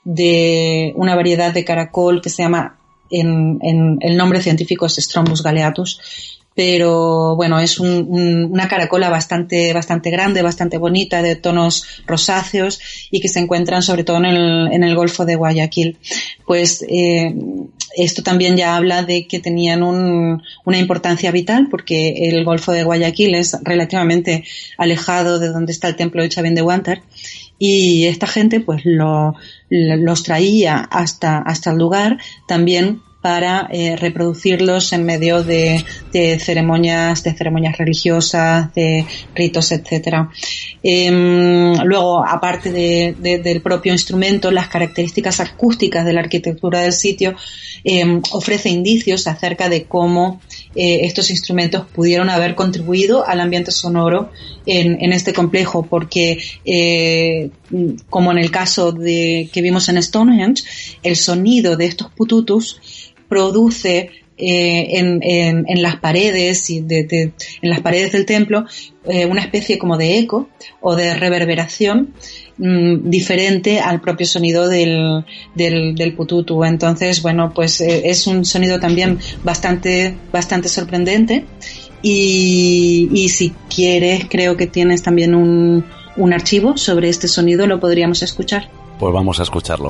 de caracol que se llama, en el nombre científico es Strombus galeatus, pero bueno, es una caracola bastante grande, bastante bonita, de tonos rosáceos, y que se encuentran sobre todo en el Golfo de Guayaquil. Pues esto también ya habla de que tenían una importancia vital, porque el Golfo de Guayaquil es relativamente alejado de donde está el templo de Chavín de Huántar, y esta gente pues los traía hasta el lugar también para reproducirlos en medio de ceremonias religiosas, de ritos, etcétera. Luego, aparte del propio instrumento, las características acústicas de la arquitectura del sitio ofrece indicios acerca de cómo estos instrumentos pudieron haber contribuido al ambiente sonoro en este complejo, porque como en el caso que vimos en Stonehenge, el sonido de estos pututus produce en las paredes y en las paredes del templo una especie como de eco o de reverberación diferente al propio sonido del pututu. Entonces, bueno, pues es un sonido también bastante sorprendente, y si quieres, creo que tienes también un archivo sobre este sonido, lo podríamos escuchar. Pues vamos a escucharlo.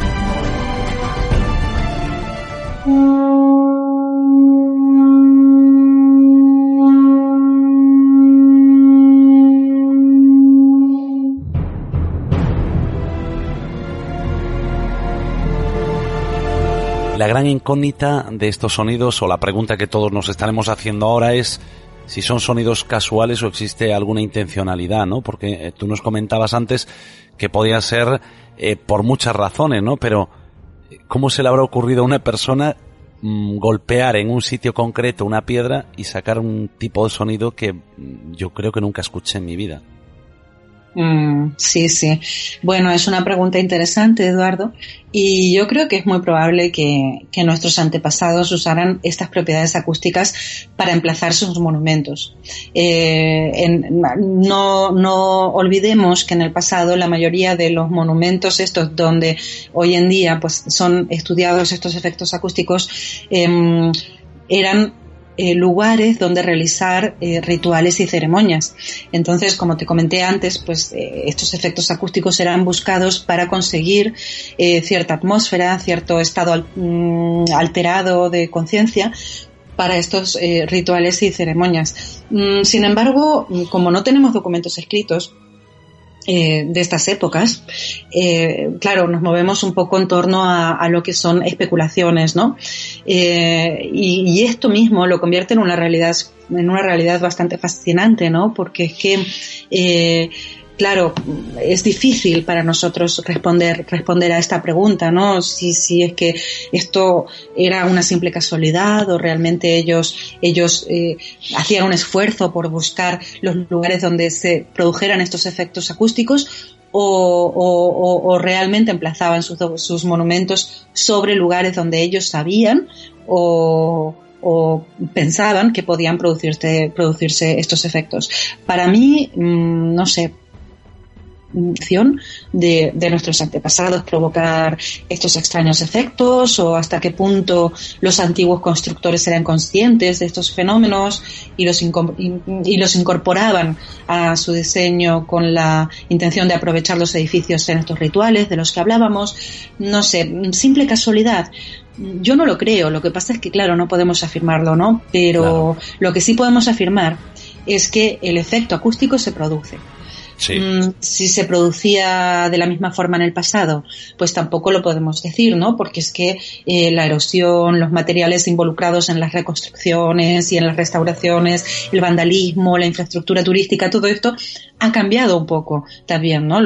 La gran incógnita de estos sonidos, o la pregunta que todos nos estaremos haciendo ahora, es si son sonidos casuales o existe alguna intencionalidad, ¿no? Porque tú nos comentabas antes que podía ser por muchas razones, ¿no? Pero ¿cómo se le habrá ocurrido a una persona golpear en un sitio concreto una piedra y sacar un tipo de sonido que yo creo que nunca escuché en mi vida? Sí. Bueno, es una pregunta interesante, Eduardo, y yo creo que es muy probable que nuestros antepasados usaran estas propiedades acústicas para emplazar sus monumentos. No olvidemos que en el pasado la mayoría de los monumentos estos donde hoy en día pues son estudiados estos efectos acústicos eran lugares donde realizar rituales y ceremonias. Entonces, como te comenté antes, pues estos efectos acústicos eran buscados para conseguir cierta atmósfera, cierto estado alterado de conciencia para estos rituales y ceremonias. Sin embargo, como no tenemos documentos escritos de estas épocas, claro, nos movemos un poco en torno a lo que son especulaciones, ¿no? Y esto mismo lo convierte en una realidad bastante fascinante, ¿no? Porque es que claro, es difícil para nosotros responder a esta pregunta, ¿no? Si es que esto era una simple casualidad o realmente ellos hacían un esfuerzo por buscar los lugares donde se produjeran estos efectos acústicos o realmente emplazaban sus monumentos sobre lugares donde ellos sabían o pensaban que podían producirse estos efectos. Para mí, no sé, de nuestros antepasados provocar estos extraños efectos, o hasta qué punto los antiguos constructores eran conscientes de estos fenómenos y los incorporaban a su diseño con la intención de aprovechar los edificios en estos rituales de los que hablábamos. No sé, simple casualidad. Yo no lo creo. Lo que pasa es que, claro, no podemos afirmarlo, ¿no? Pero claro, lo que sí podemos afirmar es que el efecto acústico se produce. Sí. Si se producía de la misma forma en el pasado, pues tampoco lo podemos decir, ¿no? Porque es que la erosión, los materiales involucrados en las reconstrucciones y en las restauraciones, el vandalismo, la infraestructura turística, todo esto ha cambiado un poco también, ¿no?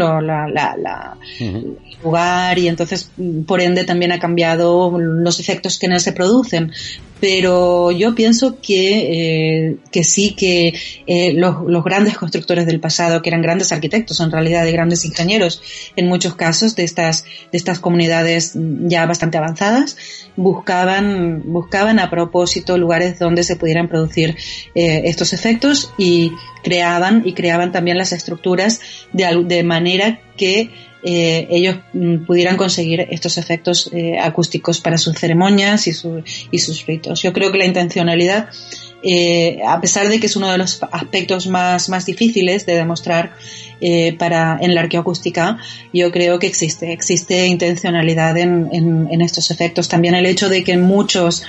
El lugar, y entonces, por ende, también ha cambiado los efectos que en él se producen. Pero yo pienso que sí, que los grandes constructores del pasado, que eran grandes arquitectos, en realidad, de grandes ingenieros, en muchos casos de estas comunidades ya bastante avanzadas, buscaban a propósito lugares donde se pudieran producir estos efectos, y creaban también las estructuras de manera que ellos pudieran conseguir estos efectos acústicos para sus ceremonias y sus ritos. Yo creo que la intencionalidad, a pesar de que es uno de los aspectos más difíciles de demostrar en la arqueoacústica, yo creo que existe intencionalidad en estos efectos. También el hecho de que en muchos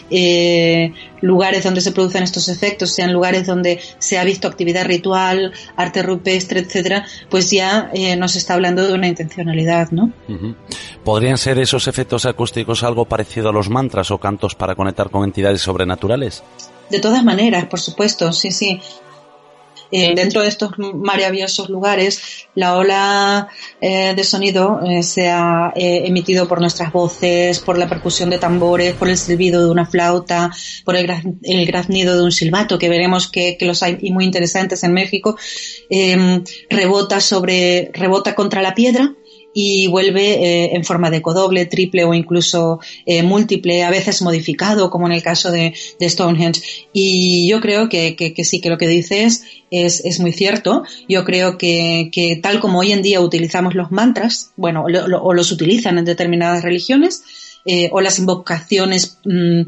lugares donde se producen estos efectos sean lugares donde se ha visto actividad ritual, arte rupestre, etcétera, pues ya nos está hablando de una intencionalidad, ¿no? Uh-huh. ¿Podrían ser esos efectos acústicos algo parecido a los mantras o cantos para conectar con entidades sobrenaturales? De todas maneras, por supuesto, sí. Dentro de estos maravillosos lugares, la ola de sonido se ha emitido por nuestras voces, por la percusión de tambores, por el silbido de una flauta, por el graznido de un silbato, que veremos que los hay y muy interesantes en México. Rebota contra la piedra y vuelve en forma de ecodoble, triple o incluso múltiple, a veces modificado, como en el caso de Stonehenge. Y yo creo que sí, que lo que dices es muy cierto. Yo creo que tal como hoy en día utilizamos los mantras, bueno, o los utilizan en determinadas religiones, o las invocaciones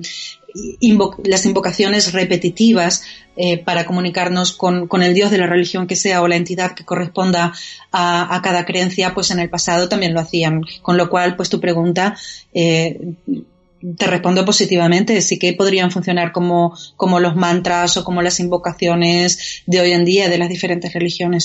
repetitivas para comunicarnos con el Dios de la religión que sea, o la entidad que corresponda a cada creencia, pues en el pasado también lo hacían. Con lo cual, pues tu pregunta, te respondo positivamente. Sí que podrían funcionar como los mantras o como las invocaciones de hoy en día de las diferentes religiones.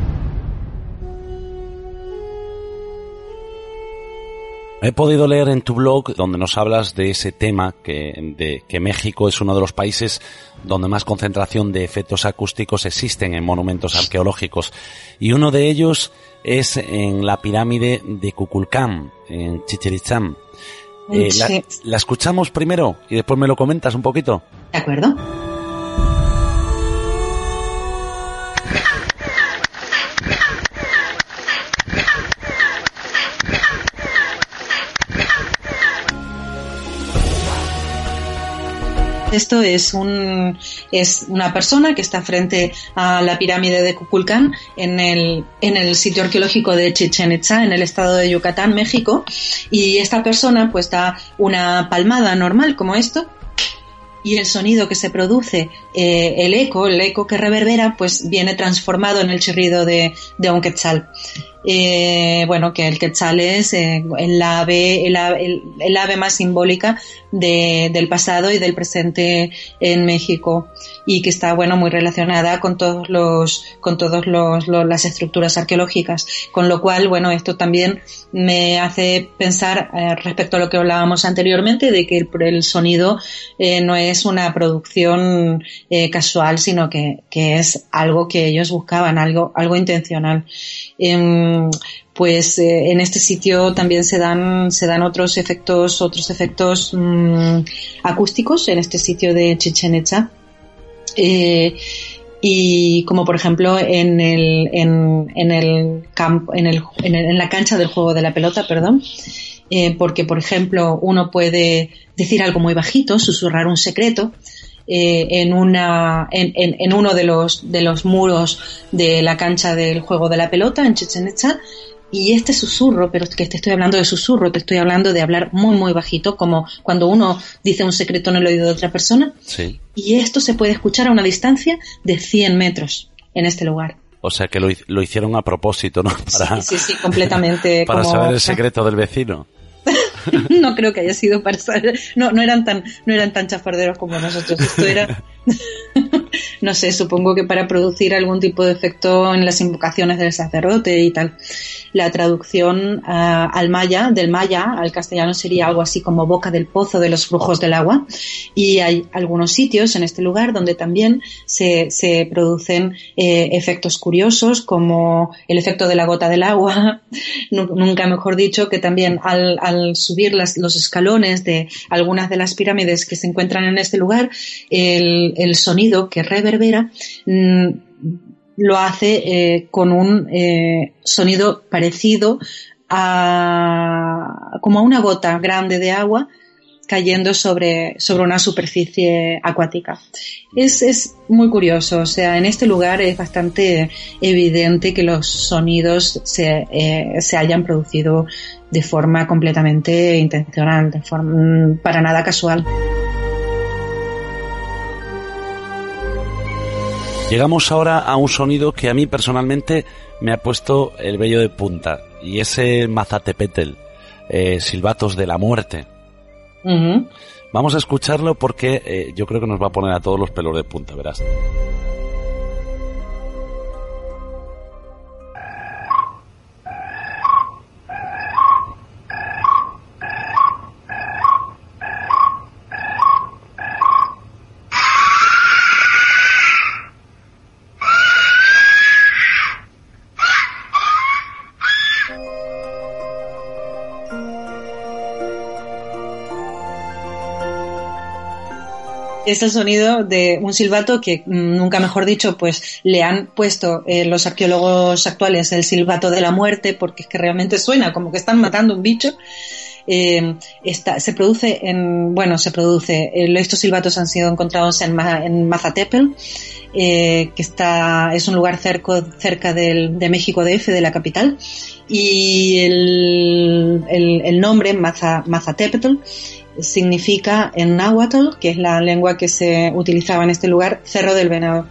He podido leer en tu blog donde nos hablas de ese tema, que México es uno de los países donde más concentración de efectos acústicos existen en monumentos arqueológicos, y uno de ellos es en la pirámide de Kukulcán, en Chichén Itzá. Sí. La escuchamos primero y después me lo comentas un poquito. De acuerdo. Esto es una persona que está frente a la pirámide de Kukulcán en el sitio arqueológico de Chichén Itzá, en el estado de Yucatán, México, y esta persona pues da una palmada normal como esto, y el sonido que se produce, el eco que reverbera, pues viene transformado en el chirrido de un quetzal. bueno, que el quetzal es el ave más simbólica del pasado y del presente en México, y que está, bueno, muy relacionada con todas las estructuras arqueológicas, con lo cual, bueno, esto también me hace pensar respecto a lo que hablábamos anteriormente, de que el sonido no es una producción casual, sino que es algo que ellos buscaban, algo intencional. Pues en este sitio también se dan otros efectos acústicos en este sitio de Chichén Itzá, y como por ejemplo en la cancha del juego de la pelota, porque por ejemplo uno puede decir algo muy bajito, susurrar un secreto en uno de los muros de la cancha del juego de la pelota en Chichén Itzá. Y este susurro, pero que te estoy hablando de susurro, te estoy hablando de hablar muy muy bajito, como cuando uno dice un secreto en el oído de otra persona. Sí. Y esto se puede escuchar a una distancia de 100 metros en este lugar. O sea que lo hicieron a propósito, ¿no? Sí, completamente. Para saber el secreto del vecino. No creo que haya sido para saber. No eran tan chafarderos como nosotros. Esto era, no sé, supongo que para producir algún tipo de efecto en las invocaciones del sacerdote y tal. La traducción del maya al castellano sería algo así como boca del pozo de los flujos del agua, y hay algunos sitios en este lugar donde también se producen efectos curiosos, como el efecto de la gota del agua, nunca mejor dicho, que también al subir los escalones de algunas de las pirámides que se encuentran en este lugar, el sonido que reverbera lo hace con un sonido parecido como a una gota grande de agua cayendo sobre una superficie acuática. Es muy curioso, o sea, en este lugar es bastante evidente que los sonidos se hayan producido de forma completamente intencional, para nada casual. Llegamos ahora a un sonido que a mí personalmente me ha puesto el vello de punta, y es el Mazatepetl, silbatos de la muerte. Uh-huh. Vamos a escucharlo porque yo creo que nos va a poner a todos los pelos de punta, verás. Es el sonido de un silbato que, nunca mejor dicho, pues le han puesto los arqueólogos actuales el silbato de la muerte, porque es que realmente suena como que están matando un bicho. Estos silbatos han sido encontrados en Mazatepetl, que es un lugar cerca de México DF, de la capital, y el nombre Mazatepetl significa en náhuatl, que es la lengua que se utilizaba en este lugar, Cerro del Venado.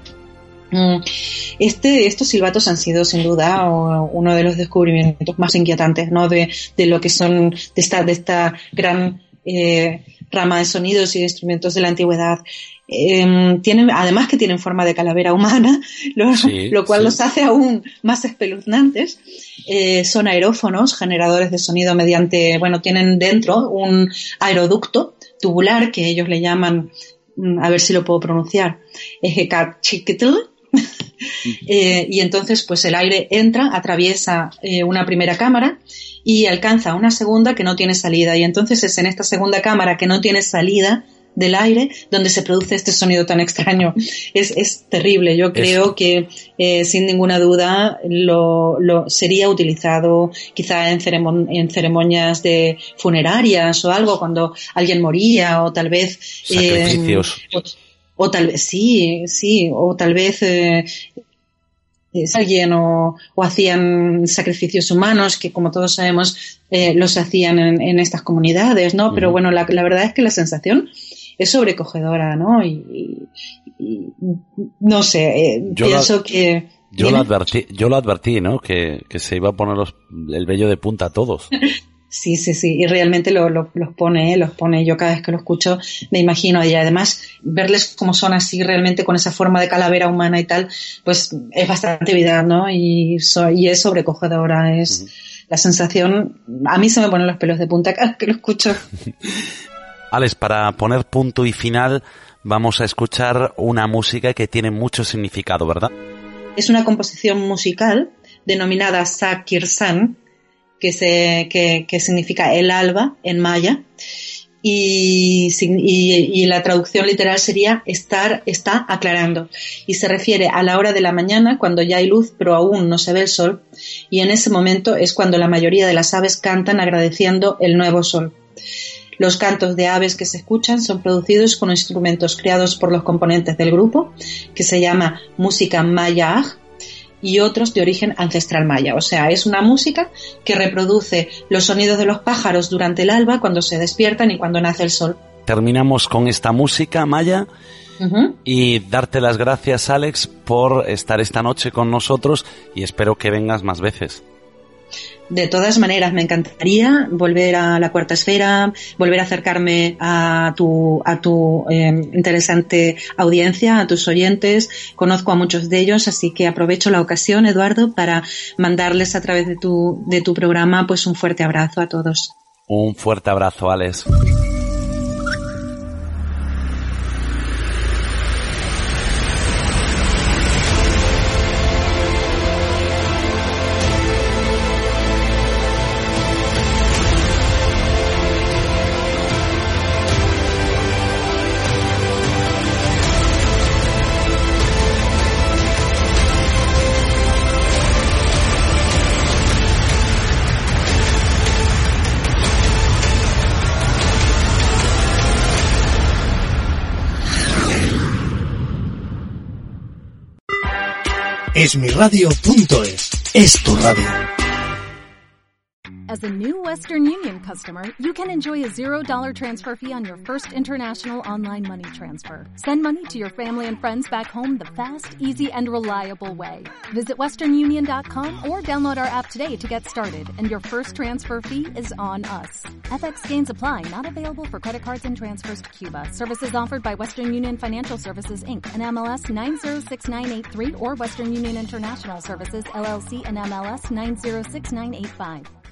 Estos silbatos han sido sin duda uno de los descubrimientos más inquietantes, ¿no? de lo que son de esta gran rama de sonidos y de instrumentos de la antigüedad. Además que tienen forma de calavera humana, lo cual los hace aún más espeluznantes. Son aerófonos, generadores de sonido mediante, tienen dentro un aeroducto tubular que ellos le llaman, a ver si lo puedo pronunciar, Ejecatchiquitl. Y entonces pues el aire entra, atraviesa una primera cámara y alcanza una segunda que no tiene salida, y entonces es en esta segunda cámara que no tiene salida del aire donde se produce este sonido tan extraño. Es terrible. Yo creo que sin ninguna duda lo sería utilizado quizá en ceremonias de funerarias o algo, cuando alguien moría, o tal vez sacrificios, o tal vez sí, o tal vez alguien o hacían sacrificios humanos, que como todos sabemos los hacían en estas comunidades, ¿no? Pero bueno, la verdad es que la sensación es sobrecogedora, ¿no? Y no sé, pienso que Yo lo advertí, ¿no? Que se iba a poner el vello de punta a todos. Sí, y realmente los pone. Yo cada vez que lo escucho me imagino, y además verles como son así realmente con esa forma de calavera humana y tal, pues es bastante vital, ¿no? Y es sobrecogedora, es la sensación, a mí se me ponen los pelos de punta cada vez que lo escucho. Alex, para poner punto y final, vamos a escuchar una música que tiene mucho significado, ¿verdad? Es una composición musical denominada Sa-Kirsan, que significa el alba en maya, y la traducción literal sería está aclarando, y se refiere a la hora de la mañana cuando ya hay luz pero aún no se ve el sol, y en ese momento es cuando la mayoría de las aves cantan agradeciendo el nuevo sol. Los cantos de aves que se escuchan son producidos con instrumentos creados por los componentes del grupo, que se llama música maya, y otros de origen ancestral maya. O sea, es una música que reproduce los sonidos de los pájaros durante el alba, cuando se despiertan y cuando nace el sol. Terminamos con esta música maya y darte las gracias, Alex, por estar esta noche con nosotros, y espero que vengas más veces. De todas maneras, me encantaría volver a la Cuarta Esfera, volver a acercarme a tu interesante audiencia, a tus oyentes. Conozco a muchos de ellos, así que aprovecho la ocasión, Eduardo, para mandarles a través de tu programa pues un fuerte abrazo a todos. Un fuerte abrazo, Alex. Esmiradio.es es tu radio. As a new Western Union customer, you can enjoy a $0 transfer fee on your first international online money transfer. Send money to your family and friends back home the fast, easy, and reliable way. Visit westernunion.com or download our app today to get started, and your first transfer fee is on us. FX gains apply, not available for credit cards and transfers to Cuba. Services offered by Western Union Financial Services, Inc., and MLS 906983, or Western Union International Services, LLC, and MLS 906985.